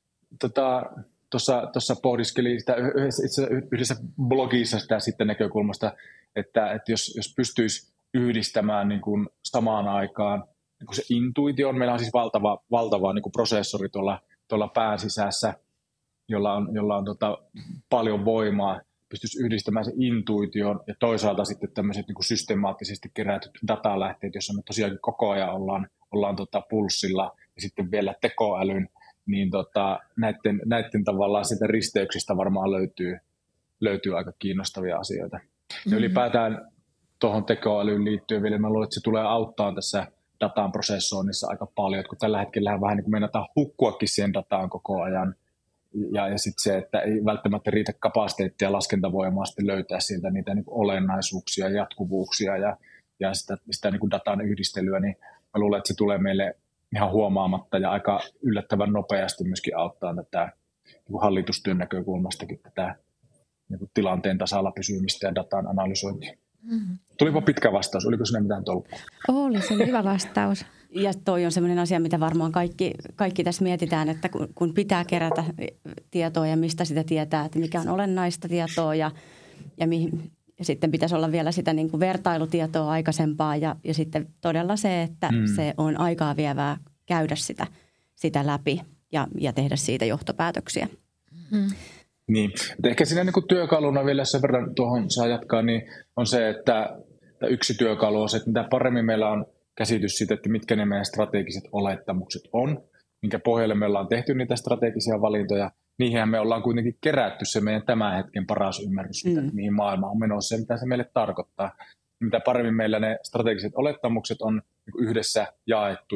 Speaker 3: tuossa pohdiskelin sitä yhdessä blogissa sitä sitten näkökulmasta, että jos pystyisi yhdistämään niin kuin samaan aikaan niin kuin se intuitio, meillä on siis valtava niin kuin prosessori tuolla pään sisässä, jolla on paljon voimaa, pystyisi yhdistämään sen intuition ja toisaalta sitten tämmöiset niin kuin systemaattisesti kerätyt datalähteet, joissa me tosiaan koko ajan ollaan pulssilla ja sitten vielä tekoälyn, niin näiden tavallaan siitä risteyksistä varmaan löytyy aika kiinnostavia asioita. Ja ylipäätään tuohon tekoälyyn liittyen vielä, mä luulen, että se tulee auttaa tässä datan prosessoinnissa aika paljon, kun tällä hetkellä vähän niin kuin meinataan hukkuakin siihen dataan koko ajan, ja sitten se, että ei välttämättä riitä kapasiteettia ja laskentavoimaa sitten löytää sieltä niitä niin kuin olennaisuuksia, jatkuvuuksia ja sitä niin kuin datan yhdistelyä, niin mä luulen, että se tulee meille ihan huomaamatta ja aika yllättävän nopeasti myöskin auttaa tätä niin hallitustyön näkökulmastakin tätä niin kuin tilanteen tasalla pysymistä ja datan analysointia. Mm-hmm. Tulipa pitkä vastaus, oliko sinne mitään tolkkua?
Speaker 2: Oli, se oli hyvä vastaus.
Speaker 1: Ja toi on sellainen asia, mitä varmaan kaikki tässä mietitään, että kun pitää kerätä tietoa ja mistä sitä tietää, että mikä on olennaista tietoa ja sitten pitäisi olla vielä sitä niin kuin vertailutietoa aikaisempaa ja sitten todella se, että se on aikaa vievää käydä sitä läpi ja tehdä siitä johtopäätöksiä.
Speaker 2: Mm.
Speaker 3: Niin, ehkä siinä niin kuin työkaluna vielä sen verran tuohon saa jatkaa, niin on se, että yksi työkalu on se, että mitä paremmin meillä on käsitys siitä, että mitkä ne meidän strategiset olettamukset on, minkä pohjalle me ollaan tehty niitä strategisia valintoja, niihinhän me ollaan kuitenkin kerätty se meidän tämän hetken paras ymmärrys siitä, mihin maailma on menossa ja mitä se meille tarkoittaa. Mitä paremmin meillä ne strategiset olettamukset on yhdessä jaettu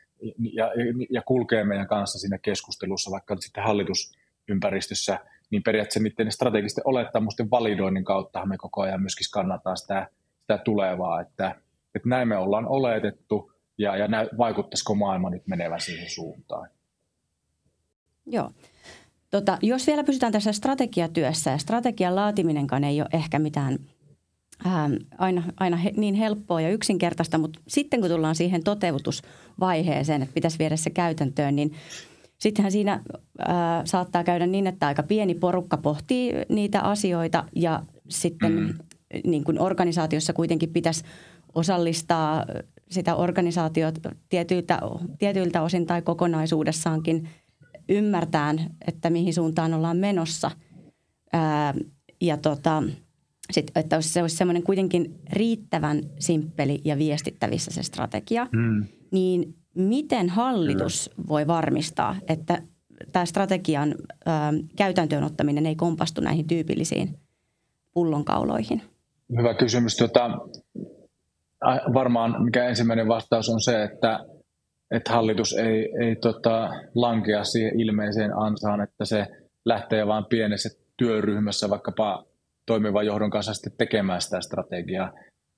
Speaker 3: ja kulkee meidän kanssa siinä keskustelussa, vaikka sitten hallitusympäristössä, niin periaatteessa niiden strategisten olettamusten validoinnin kautta me koko ajan myöskin skannataan sitä tulevaa, että näin me ollaan oletettu ja vaikuttaisiko maailma nyt menevän siihen suuntaan.
Speaker 1: Joo. Jos vielä pysytään tässä strategiatyössä ja strategian laatiminenkaan ei ole ehkä mitään aina niin helppoa ja yksinkertaista, mutta sitten kun tullaan siihen toteutusvaiheeseen, että pitäisi viedä se käytäntöön, niin sittenhän siinä saattaa käydä niin, että aika pieni porukka pohtii niitä asioita ja sitten niin kuin organisaatiossa kuitenkin pitäisi osallistaa sitä organisaatiota tietyiltä osin tai kokonaisuudessaankin ymmärtään, että mihin suuntaan ollaan menossa. Että se olisi semmoinen kuitenkin riittävän simppeli ja viestittävissä se strategia. Niin miten hallitus voi varmistaa, että tämä strategian käytäntöön ottaminen ei kompastu näihin tyypillisiin pullonkauloihin?
Speaker 3: Hyvä kysymys. Varmaan mikä ensimmäinen vastaus on se, että hallitus ei lankea siihen ilmeiseen ansaan, että se lähtee vain pienessä työryhmässä vaikkapa toimivan johdon kanssa sitten tekemään sitä strategiaa.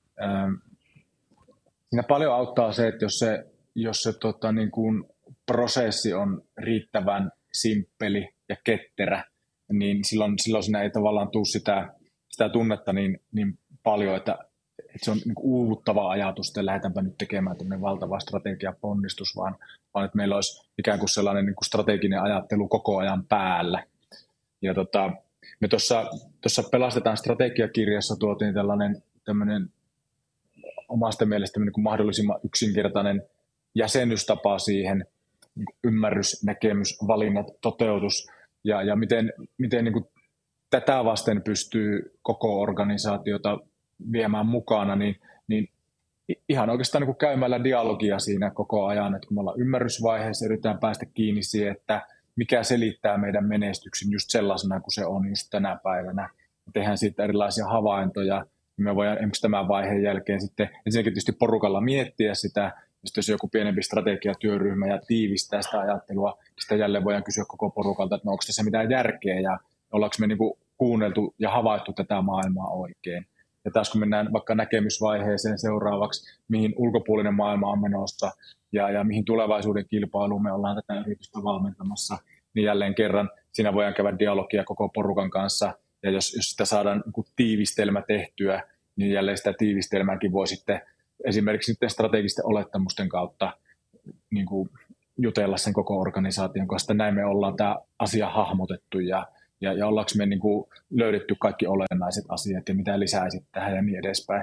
Speaker 3: Siinä paljon auttaa se, että jos se niin kuin prosessi on riittävän simppeli ja ketterä, niin silloin siinä ei tavallaan tule sitä tunnetta niin paljon, että se on niin kuin uuvuttava ajatus, että lähdetäänpä nyt tekemään tämmöinen valtava strategiaponnistus, vaan että meillä olisi ikään kuin sellainen niin kuin strateginen ajattelu koko ajan päällä. Ja me tuossa Pelastetaan strategiakirjassa tuotiin tämmöinen omasta mielestäni niin kuin mahdollisimman yksinkertainen jäsennystapa siihen, niin kuin ymmärrys, näkemys, valinnat, toteutus ja miten niin kuin tätä vasten pystyy koko organisaatiota viemään mukana, niin ihan oikeastaan niin kuin käymällä dialogia siinä koko ajan, että kun me ollaan ymmärrysvaiheessa, yritetään päästä kiinni siihen, että mikä selittää meidän menestyksen just sellaisena kuin se on just tänä päivänä. Me tehdään siitä erilaisia havaintoja. Me voidaan esimerkiksi tämän vaiheen jälkeen sitten ensinnäkin tietysti porukalla miettiä sitä, ja sitten jos joku pienempi strategiatyöryhmä ja tiivistää sitä ajattelua, niin sitten jälleen voidaan kysyä koko porukalta, että no, onko tässä mitään järkeä ja ollaanko me niin kuin kuunneltu ja havaittu tätä maailmaa oikein. Ja taas kun mennään vaikka näkemysvaiheeseen seuraavaksi, mihin ulkopuolinen maailma on menossa ja mihin tulevaisuuden kilpailuun me ollaan tätä yritystä valmentamassa, niin jälleen kerran siinä voidaan käydä dialogia koko porukan kanssa. Ja jos sitä saadaan tiivistelmä tehtyä, niin jälleen sitä tiivistelmääkin voi sitten esimerkiksi sitten strategisten olettamusten kautta niin kuin jutella sen koko organisaation kanssa. Näin me ollaan tämä asia hahmotettu ja ollaanko me niin kuin löydetty kaikki olennaiset asiat ja mitä lisäisit tähän ja niin edespäin.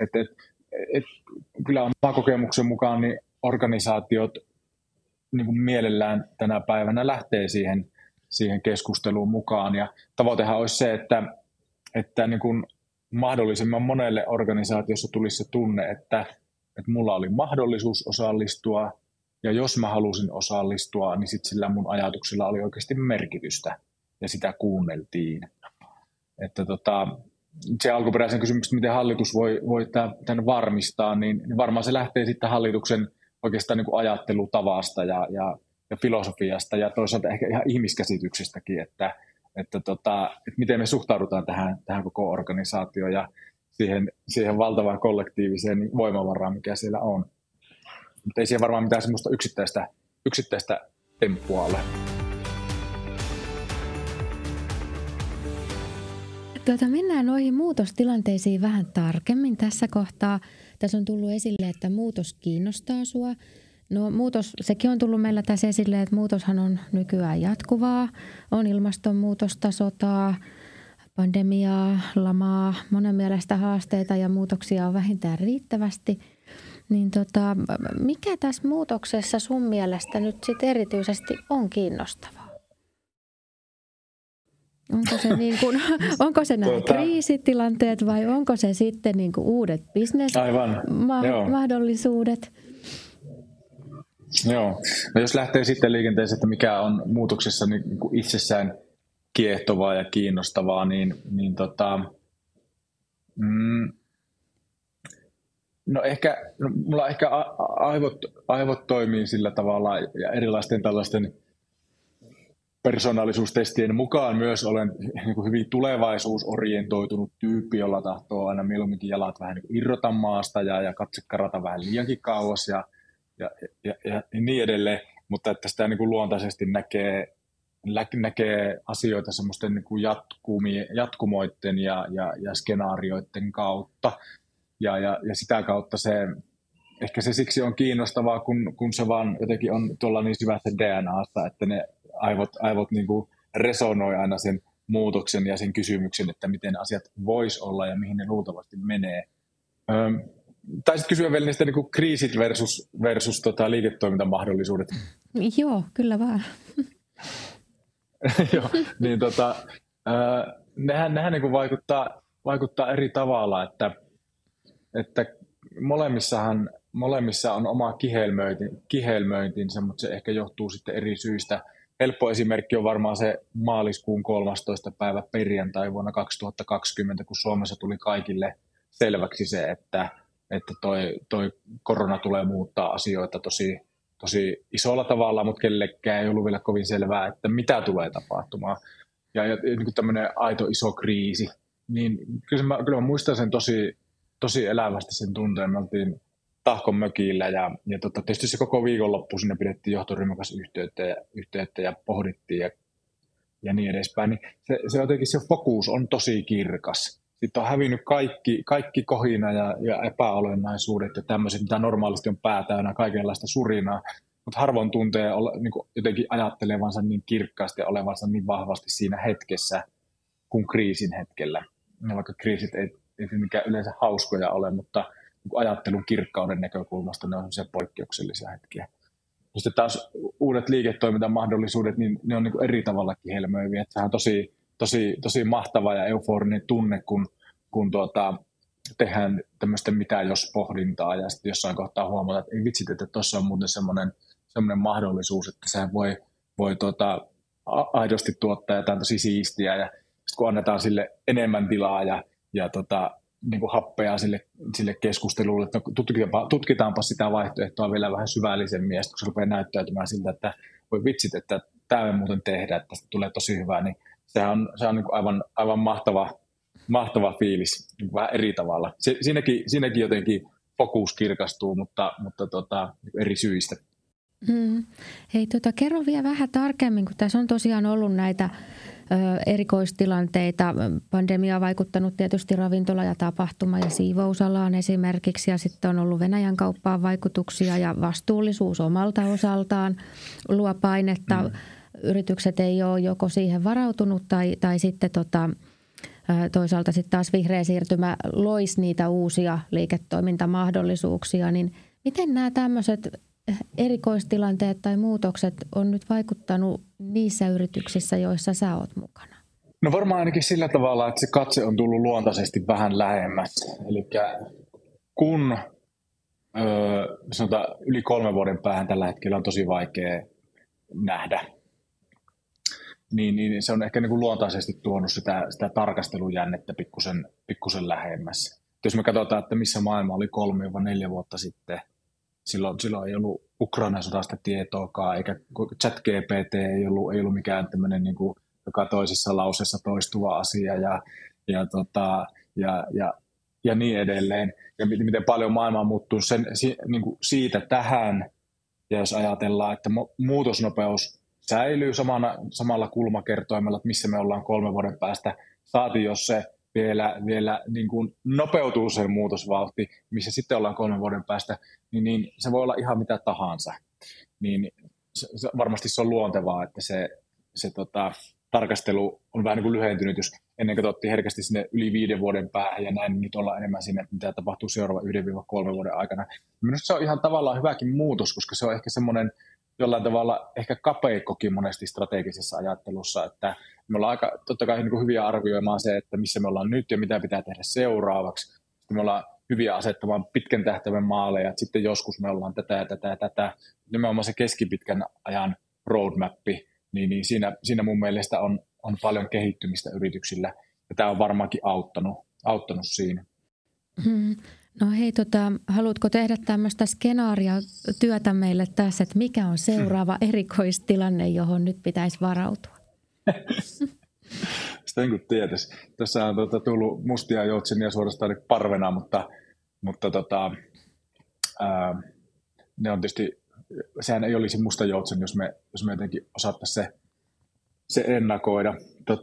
Speaker 3: Kyllä oman kokemuksen mukaan niin organisaatiot niin kuin mielellään tänä päivänä lähtee siihen keskusteluun mukaan. Ja tavoitehan olisi se, että niin kuin mahdollisimman monelle organisaatiossa tulisi se tunne, että mulla oli mahdollisuus osallistua ja jos mä halusin osallistua, niin sitten sillä mun ajatuksilla oli oikeasti merkitystä. Ja sitä kuunneltiin. Että se alkuperäisen kysymyksen, miten hallitus voi tämän varmistaa, niin varmaan se lähtee sitten hallituksen oikeastaan niin kuin ajattelutavasta ja filosofiasta ja toisaalta ehkä ihan ihmiskäsityksestäkin, että miten me suhtaudutaan tähän koko organisaatioon ja siihen valtavaan kollektiiviseen voimavaraan, mikä siellä on. Mutta ei siihen varmaan mitään semmoista yksittäistä temppua ole.
Speaker 2: Mennään noihin muutostilanteisiin vähän tarkemmin tässä kohtaa. Tässä on tullut esille, että muutos kiinnostaa sua. No sekin on tullut meillä tässä esille, että muutoshan on nykyään jatkuvaa. On ilmastonmuutosta, sotaa, pandemiaa, lamaa, monen mielestä haasteita ja muutoksia on vähintään riittävästi. Niin mikä tässä muutoksessa sun mielestä nyt sit erityisesti on kiinnostavaa? Onko se nämä kriisitilanteet vai onko se sitten niin kuin uudet bisnesmahdollisuudet?
Speaker 3: Joo. No jos lähtee sitten liikenteeseen, että mikä on muutoksessa niin kuin itsessään kiehtovaa ja kiinnostavaa, mulla ehkä aivot toimii sillä tavalla ja erilaisten tällaisten persoonallisuustestien mukaan myös olen niin kuin hyvin tulevaisuusorientoitunut tyyppi, jolla tahtoo aina mieluumminkin jalat vähän niin kuin irrota maasta ja katse karata vähän liiankin kauas ja niin edelleen, mutta että sitä niin kuin luontaisesti näkee asioita semmoisten niin kuin jatkumoiden ja skenaarioiden kautta ja sitä kautta ehkä se siksi on kiinnostavaa, kun se vaan jotenkin on tuolla niin syvässä DNA:ssa, että ne aivot niin kuin resonoi aina sen muutoksen ja sen kysymyksen, että miten asiat vois olla ja mihin ne luultavasti menee. Taisit kysyä vielä niistä niin kuin kriisit versus liiketoimintamahdollisuudet.
Speaker 2: Joo, kyllä vaan.
Speaker 3: Joo, niin nehän niin kuin vaikuttaa eri tavalla, että molemmissa on oma kihelmöintinsä, mutta se ehkä johtuu sitten eri syistä. Helppo esimerkki on varmaan se maaliskuun 13. päivä perjantai vuonna 2020, kun Suomessa tuli kaikille selväksi se, että toi korona tulee muuttaa asioita tosi isolla tavalla, mutta kellekään ei ollut vielä kovin selvää, että mitä tulee tapahtumaan. Ja niin kuin tämmöinen aito iso kriisi, niin kyllä mä muistan sen tosi elävästi sen tunteen. Me oltiin Tahkon mökillä ja tietysti se koko viikonloppu sinne pidettiin johtoryhmän kanssa yhteyttä ja pohdittiin ja niin edespäin. Niin se jotenkin se fokus on tosi kirkas. Sitten on hävinnyt kaikki kohina ja epäolennaisuudet ja tämmöiset, mitä normaalisti on päätäynnä, kaikenlaista surinaa. mutta harvoin tuntee niin kuin jotenkin ajattelevansa niin kirkkaasti ja olevansa niin vahvasti siinä hetkessä kuin kriisin hetkellä. Ja vaikka kriisit ei mikään yleensä hauskoja ole, mutta niin ajattelun kirkkauden näkökulmasta ne on sellaisia poikkeuksellisia hetkiä. Sitten taas uudet liiketoimintamahdollisuudet, niin ne on niin kuin eri tavallakin helmöiviä. Että sehän on tosi mahtava ja euforinen tunne, kun tehdään tämmöistä mitä jos pohdintaa ja sitten jossain kohtaa huomata, että ei vitsit, että tuossa on muuten semmoinen mahdollisuus, että sehän voi aidosti tuottaa ja tämä on tosi siistiä ja sitten kun annetaan sille enemmän tilaa ja niin kuin happea sille keskustelulle, että tutkitaanpa sitä vaihtoehtoa vielä vähän syvällisemmin ja sitten kun se rupeaa näyttäytymään siltä, että voi vitsit, että tämä me muuten tehdään, että tästä tulee tosi hyvää, niin se on niin kuin aivan mahtava fiilis niin vähän eri tavalla. Siinäkin jotenkin fokus kirkastuu, mutta eri syistä.
Speaker 2: Hei, kerro vielä vähän tarkemmin, kun tässä on tosiaan ollut näitä erikoistilanteita. Pandemia on vaikuttanut tietysti ravintola- ja tapahtuma- ja siivousalaan esimerkiksi, ja sitten on ollut Venäjän kauppaan vaikutuksia, ja vastuullisuus omalta osaltaan luo painetta. Yritykset ei ole joko siihen varautunut tai sitten toisaalta sitten taas vihreä siirtymä loisi niitä uusia liiketoimintamahdollisuuksia, niin miten nämä tämmöiset erikoistilanteet tai muutokset on nyt vaikuttanut niissä yrityksissä, joissa sä oot mukana?
Speaker 3: No varmaan ainakin sillä tavalla, että se katse on tullut luontaisesti vähän lähemmäs. Eli kun sanotaan yli 3 vuoden päähän tällä hetkellä on tosi vaikea nähdä, niin se on ehkä niin kuin luontaisesti tuonut sitä tarkastelujännettä pikkusen lähemmäs. Jos me katsotaan, että missä maailma oli 3-4 vuotta sitten, silloin ei ollut Ukrainan sodasta tietoakaan, eikä ChatGPT ei ollut mikään tämmöinen niin kuin joka toisessa lauseessa toistuva asia ja niin edelleen. Ja miten paljon maailma on muuttunut niin kuin siitä tähän, ja jos ajatellaan, että muutosnopeus säilyy samalla kulmakertoimella, että missä me ollaan 3 vuoden päästä, saati jos se vielä niin kuin nopeutuu se muutosvauhti, missä sitten ollaan 3 vuoden päästä, niin se voi olla ihan mitä tahansa. Niin varmasti se on luontevaa, että se tarkastelu on vähän niin kuin lyhentynyt, jos ennen katsottiin herkästi sinne yli 5 vuoden päähän ja näin nyt ollaan enemmän sinne, mitä tapahtuu seuraava 1-3 vuoden aikana. Minusta se on ihan tavallaan hyväkin muutos, koska se on ehkä semmoinen jollain tavalla ehkä kapeikkokin monesti strategisessa ajattelussa, että me ollaan aika totta kai niin kuin hyviä arvioimaan se, että missä me ollaan nyt ja mitä pitää tehdä seuraavaksi. Sitten me ollaan hyviä asettamaan pitkän tähtäimen maaleja, että sitten joskus me ollaan tätä. Nimenomaan se keskipitkän ajan roadmappi, niin siinä mun mielestä on paljon kehittymistä yrityksillä ja tämä on varmaankin auttanut siinä.
Speaker 2: No hei, haluatko tehdä tämmöistä skenaariotyötä meille tässä, että mikä on seuraava erikoistilanne, johon nyt pitäisi varautua?
Speaker 3: Sitä en kuin tietäisi. Tässä on tullut mustia joutsenia suorastaan parvena, mutta ne on tietysti, sehän ei olisi musta joutsen, jos me jotenkin osattaisiin se ennakoida.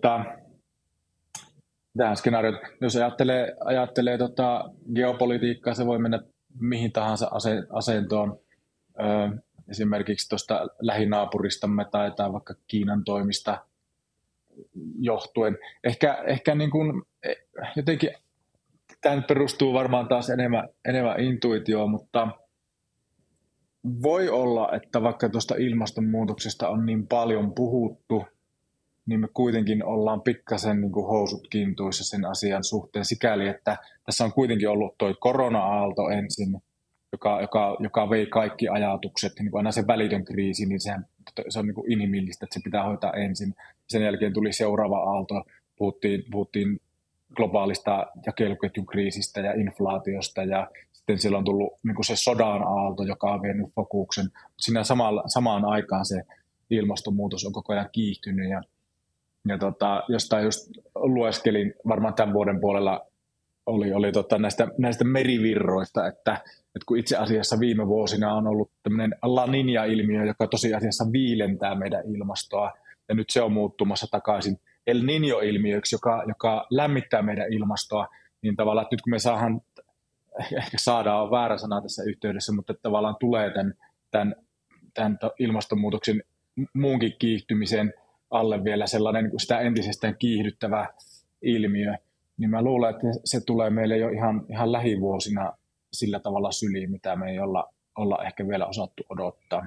Speaker 3: Tähän skenaarioon, jos ajattelee geopolitiikkaa, se voi mennä mihin tahansa asentoon, esimerkiksi tuosta lähinaapuristamme tai vaikka Kiinan toimista johtuen. Ehkä niin kuin, jotenkin tämä nyt perustuu varmaan taas enemmän intuitioon, mutta voi olla, että vaikka tuosta ilmastonmuutoksesta on niin paljon puhuttu, niin me kuitenkin ollaan pikkasen niin kuin housut kintuissa sen asian suhteen sikäli, että tässä on kuitenkin ollut toi korona-aalto ensin, joka vei kaikki ajatukset, niin kuin aina se välitön kriisi, niin se on niin kuin inhimillistä, että se pitää hoitaa ensin. Sen jälkeen tuli seuraava aalto, puhuttiin globaalista jakeluketjun kriisistä ja inflaatiosta, ja sitten siellä on tullut niin kuin se sodan aalto, joka on vienyt fokuksen. Siinä samaan aikaan se ilmastonmuutos on koko ajan kiihtynyt, ja jostain just lueskelin, varmaan tämän vuoden puolella oli näistä merivirroista, että kun itse asiassa viime vuosina on ollut tämmöinen La Niña-ilmiö, joka tosiasiassa viilentää meidän ilmastoa, ja nyt se on muuttumassa takaisin El Niño-ilmiöksi, joka lämmittää meidän ilmastoa, niin tavallaan, että nyt kun me saadaan väärä sana tässä yhteydessä, mutta tavallaan tulee tämän tämän ilmastonmuutoksen muunkin kiihtymisen alle vielä sellainen niin kuin sitä entisestään kiihdyttävä ilmiö, niin mä luulen, että se tulee meille jo ihan lähivuosina sillä tavalla syliin, mitä me ei olla ehkä vielä osattu odottaa.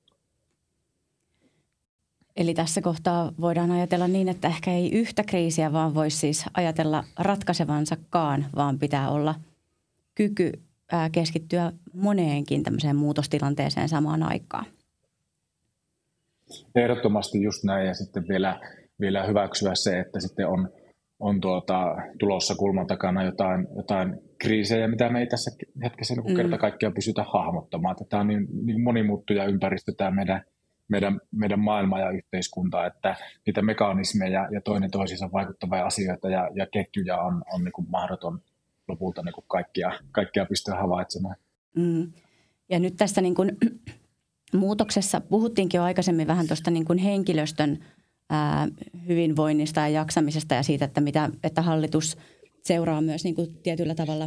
Speaker 1: Eli tässä kohtaa voidaan ajatella niin, että ehkä ei yhtä kriisiä vaan voisi siis ajatella ratkaisevansakaan, vaan pitää olla kyky keskittyä moneenkin tämmöiseen muutostilanteeseen samaan aikaan.
Speaker 3: Ehdottomasti just näin, ja sitten vielä hyväksyä se, että sitten on tulossa kulman takana jotain kriisejä, mitä me ei tässä hetkessä niin kerta kaikkiaan pysytä hahmottamaan. Tämä on niin monimuuttuja ympäristö, tämä meidän maailma ja yhteiskunta, että niitä mekanismeja ja toinen toisiinsa vaikuttavia asioita ja ketjuja on niin kuin mahdoton lopulta niin kuin kaikkia pystyä havaitsemaan.
Speaker 1: Ja nyt tässä niin kuin muutoksessa puhuttiinkin jo aikaisemmin vähän tuosta niin kuin henkilöstön hyvinvoinnista ja jaksamisesta ja siitä, että hallitus seuraa myös niin kuin tietyllä tavalla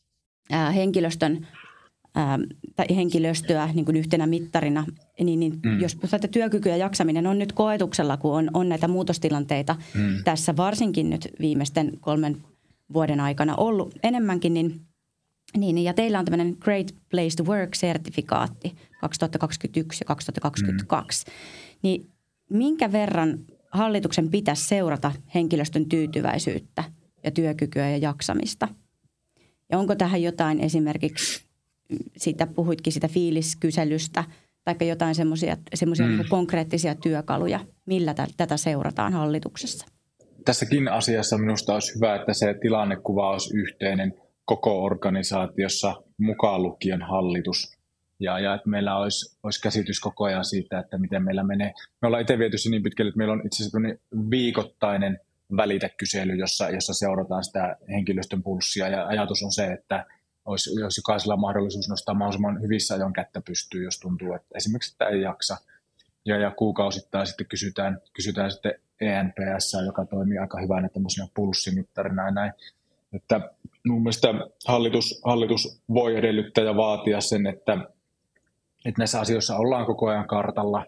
Speaker 1: henkilöstöä niin kuin yhtenä mittarina. Niin jos puhutaan, työkyky ja jaksaminen on nyt koetuksella, kun on näitä muutostilanteita tässä varsinkin nyt viimeisten 3 vuoden aikana ollut enemmänkin, niin ja teillä on tämmöinen Great Place to Work-sertifikaatti 2021 ja 2022. Niin minkä verran hallituksen pitäisi seurata henkilöstön tyytyväisyyttä ja työkykyä ja jaksamista? Ja onko tähän jotain esimerkiksi, puhuitkin sitä fiiliskyselystä, tai jotain semmoisia niin konkreettisia työkaluja, millä tätä seurataan hallituksessa? Tässäkin
Speaker 3: asiassa minusta olisi hyvä, että se tilannekuva olisi yhteinen koko organisaatiossa, mukaan lukien hallitus. Ja että meillä olisi käsitys koko ajan siitä, että miten meillä menee. Me ollaan itse viety niin pitkälle, että meillä on itse asiassa viikoittainen välitekysely, jossa seurataan sitä henkilöstön pulssia. Ja ajatus on se, että olisi jokaisella mahdollisuus nostaa mahdollisimman hyvissä ajoin kättä pystyyn, jos tuntuu, että esimerkiksi sitä ei jaksa. Ja kuukausittain sitten kysytään sitten ENPS, joka toimii aika hyvänä tämmöisenä pulssimittarina ja näin. Että mun mielestä hallitus voi edellyttää ja vaatia sen, että näissä asioissa ollaan koko ajan kartalla.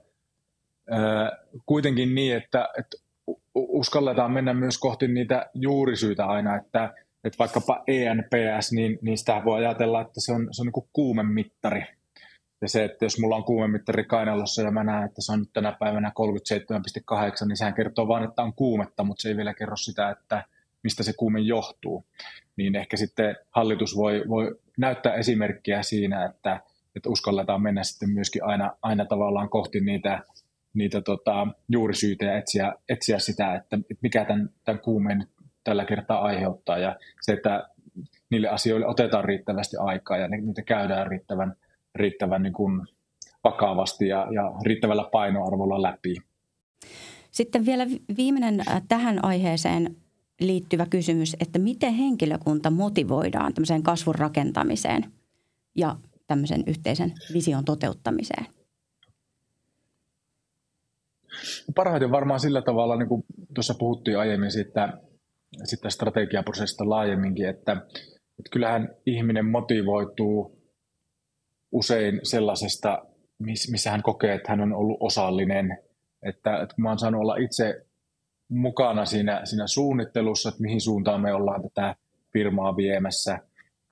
Speaker 3: Kuitenkin niin, että uskalletaan mennä myös kohti niitä juurisyitä aina, että vaikkapa ENPS, niin sitä voi ajatella, että se on niin kuin kuumemittari. Ja se, että jos mulla on kuumemittari kainalossa ja mä näen, että se on nyt tänä päivänä 37,8, niin sehän kertoo vain, että on kuumetta, mutta se ei vielä kerro sitä, että mistä se kuume johtuu. Niin ehkä sitten hallitus voi näyttää esimerkkiä siinä, että uskalletaan mennä sitten myöskin aina tavallaan kohti niitä juurisyitä ja etsiä sitä, että mikä tämän kuumeen tällä kertaa aiheuttaa. Ja se, että niille asioille otetaan riittävästi aikaa ja niitä käydään riittävän niin kuin vakavasti ja riittävällä painoarvolla läpi.
Speaker 1: Sitten vielä viimeinen tähän aiheeseen liittyvä kysymys, että miten henkilökunta motivoidaan tämmöiseen kasvun rakentamiseen ja tämmöisen yhteisen vision toteuttamiseen?
Speaker 3: Parhaiten varmaan sillä tavalla, niin kuin tuossa puhuttiin aiemmin siitä strategiaprosessista laajemminkin, että kyllähän ihminen motivoituu usein sellaisesta, missä hän kokee, että hän on ollut osallinen. Että kun mä oon saanut olla itse mukana siinä suunnittelussa, että mihin suuntaan me ollaan tätä firmaa viemässä,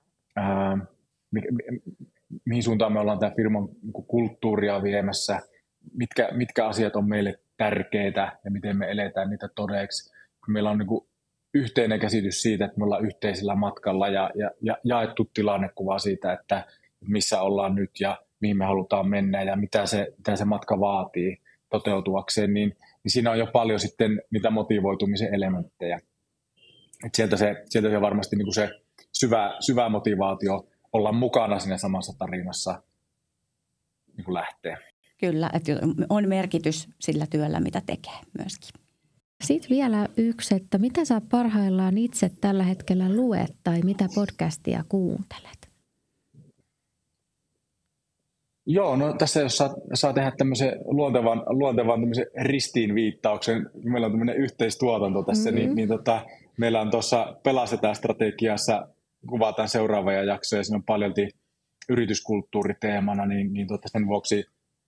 Speaker 3: mihin suuntaan me ollaan tämä firman kulttuuria viemässä, mitkä asiat on meille tärkeitä ja miten me eletään niitä todeksi. Meillä on niin kuin yhteinen käsitys siitä, että me ollaan yhteisellä matkalla ja jaettu tilannekuva siitä, että missä ollaan nyt ja mihin me halutaan mennä ja mitä se matka vaatii toteutuakseen, niin siinä on jo paljon sitten niitä motivoitumisen elementtejä. Et sieltä se varmasti niin kuin se syvä motivaatio olla mukana siinä samassa tarinassa niin kuin lähtee.
Speaker 1: Kyllä, että on merkitys sillä työllä, mitä tekee myöskin.
Speaker 2: Sitten vielä yksi, että mitä sä parhaillaan itse tällä hetkellä luet tai mitä podcastia kuuntelet?
Speaker 3: Joo, no tässä jos saa tehdä tämmöisen luontevan tämmöisen ristiinviittauksen, meillä on tämmöinen yhteistuotanto tässä, niin meillä on tuossa Pelastetaan strategiassa, kuvataan seuraavia jaksoja, siinä on paljolti yrityskulttuuriteemana, niin sen vuoksi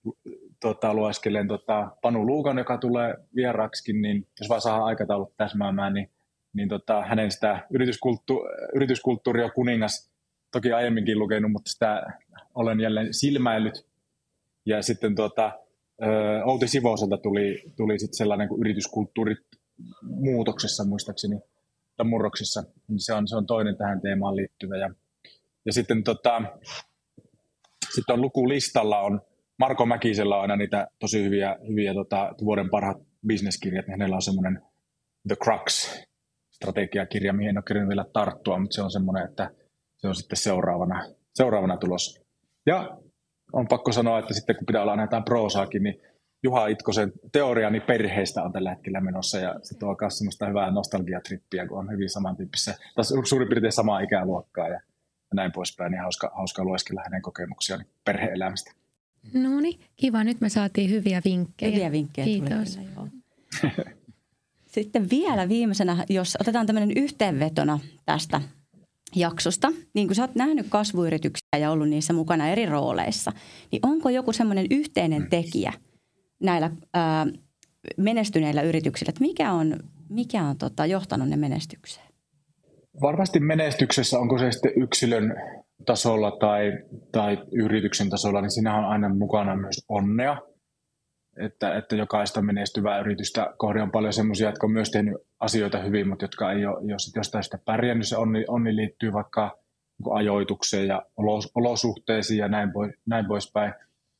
Speaker 3: lueskelen Panu Luukan, joka tulee vieraaksikin, niin jos vaan saadaan aikataulut täsmäämään, niin hänen sitä yrityskulttuuria kuningas, toki aiemminkin lukenut, mutta sitä olen jälleen silmäillyt. Ja sitten Outi Sivoselta tuli sitten sellainen kuin yrityskulttuuri muutoksessa muistaakseni, tai murroksissa. Se on toinen tähän teemaan liittyvä. Ja sitten sitten on lukulistalla on Marko Mäkisellä on aina niitä tosi hyviä vuoden parhaat bisneskirjat. Hänellä on semmoinen The Crux-strategiakirja, mihin en ole kerännyt vielä tarttua, mutta se on semmoinen, että se on sitten seuraavana tulossa. Ja on pakko sanoa, että sitten kun pitää olla aina jotain proosaakin, niin Juha Itkosen Teoriani perheestä on tällä hetkellä menossa, ja se tuo myös semmoista hyvää nostalgiatrippiä, kun on hyvin samantyyppisissä, tai suurin piirtein samaa ikäluokkaa ja näin poispäin, niin hauska lueskella hänen kokemuksiaan perhe-elämästä.
Speaker 2: No niin, kiva. Nyt me saatiin hyviä vinkkejä.
Speaker 1: Hyviä vinkkejä.
Speaker 2: Kiitos.
Speaker 1: Tuli kyllä, Sitten vielä viimeisenä, jos otetaan tämmöinen yhteenvetona tästä jaksosta, niin kun sä oot nähnyt kasvuyrityksiä ja ollut niissä mukana eri rooleissa, niin onko joku semmoinen yhteinen tekijä näillä menestyneillä yrityksillä, että mikä on johtanut ne menestykseen?
Speaker 3: Varmasti menestyksessä, onko se sitten yksilön tasolla tai yrityksen tasolla, niin siinä on aina mukana myös onnea. Että jokaista menestyvää yritystä kohde on paljon semmoisia, jotka on myös tehnyt asioita hyvin, mutta jotka ei ole jostain sitä pärjännyt. Se onni liittyy vaikka ajoitukseen ja olosuhteisiin ja näin poispäin.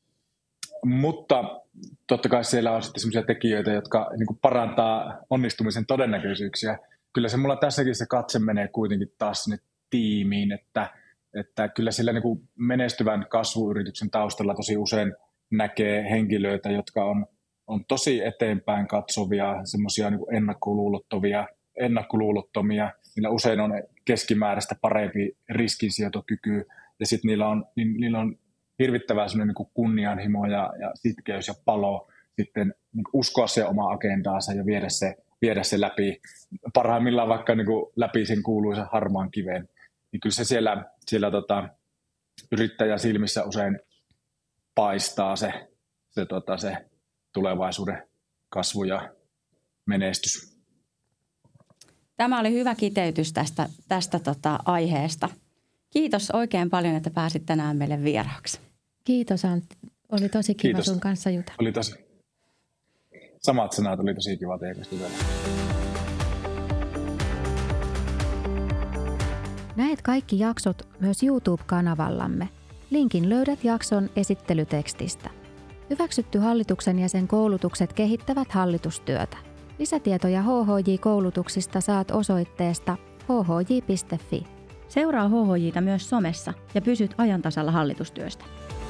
Speaker 3: Mutta totta kai siellä on sitten semmoisia tekijöitä, jotka niin parantaa onnistumisen todennäköisyyksiä. Kyllä se mulla tässäkin se katse menee kuitenkin taas sinne tiimiin, että kyllä sillä niin menestyvän kasvuyrityksen taustalla tosi usein näkee henkilöitä, jotka on tosi eteenpäin katsovia, semmoisia niin ennakkoluulottomia. Niillä usein on keskimääräistä parempi riskinsietokyky ja sitten niillä on hirvittävää semmoinen niin kunnianhimo ja sitkeys ja palo sitten niin uskoa se oma agendaansa ja viedä se läpi. Parhaimmillaan vaikka niin läpi sen kuuluisen harmaan kiveen. Niin kyllä se siellä yrittäjän silmissä usein paistaa se tulevaisuuden kasvu ja menestys.
Speaker 1: Tämä oli hyvä kiteytys tästä aiheesta. Kiitos oikein paljon, että pääsit tänään meille vieraaksi.
Speaker 2: Kiitos Antti. Oli tosi kiva
Speaker 3: Kiitos.
Speaker 2: Sun kanssa jutella.
Speaker 3: Oli samat sanat, oli tosi kiva teidän kanssa jutella.
Speaker 2: Näet kaikki jaksot myös YouTube-kanavallamme. Linkin löydät jakson esittelytekstistä. Hyväksytty hallituksen jäsen koulutukset kehittävät hallitustyötä. Lisätietoja HHJ-koulutuksista saat osoitteesta hhj.fi.
Speaker 1: Seuraa HHJ:tä myös somessa ja pysyt ajan tasalla hallitustyöstä.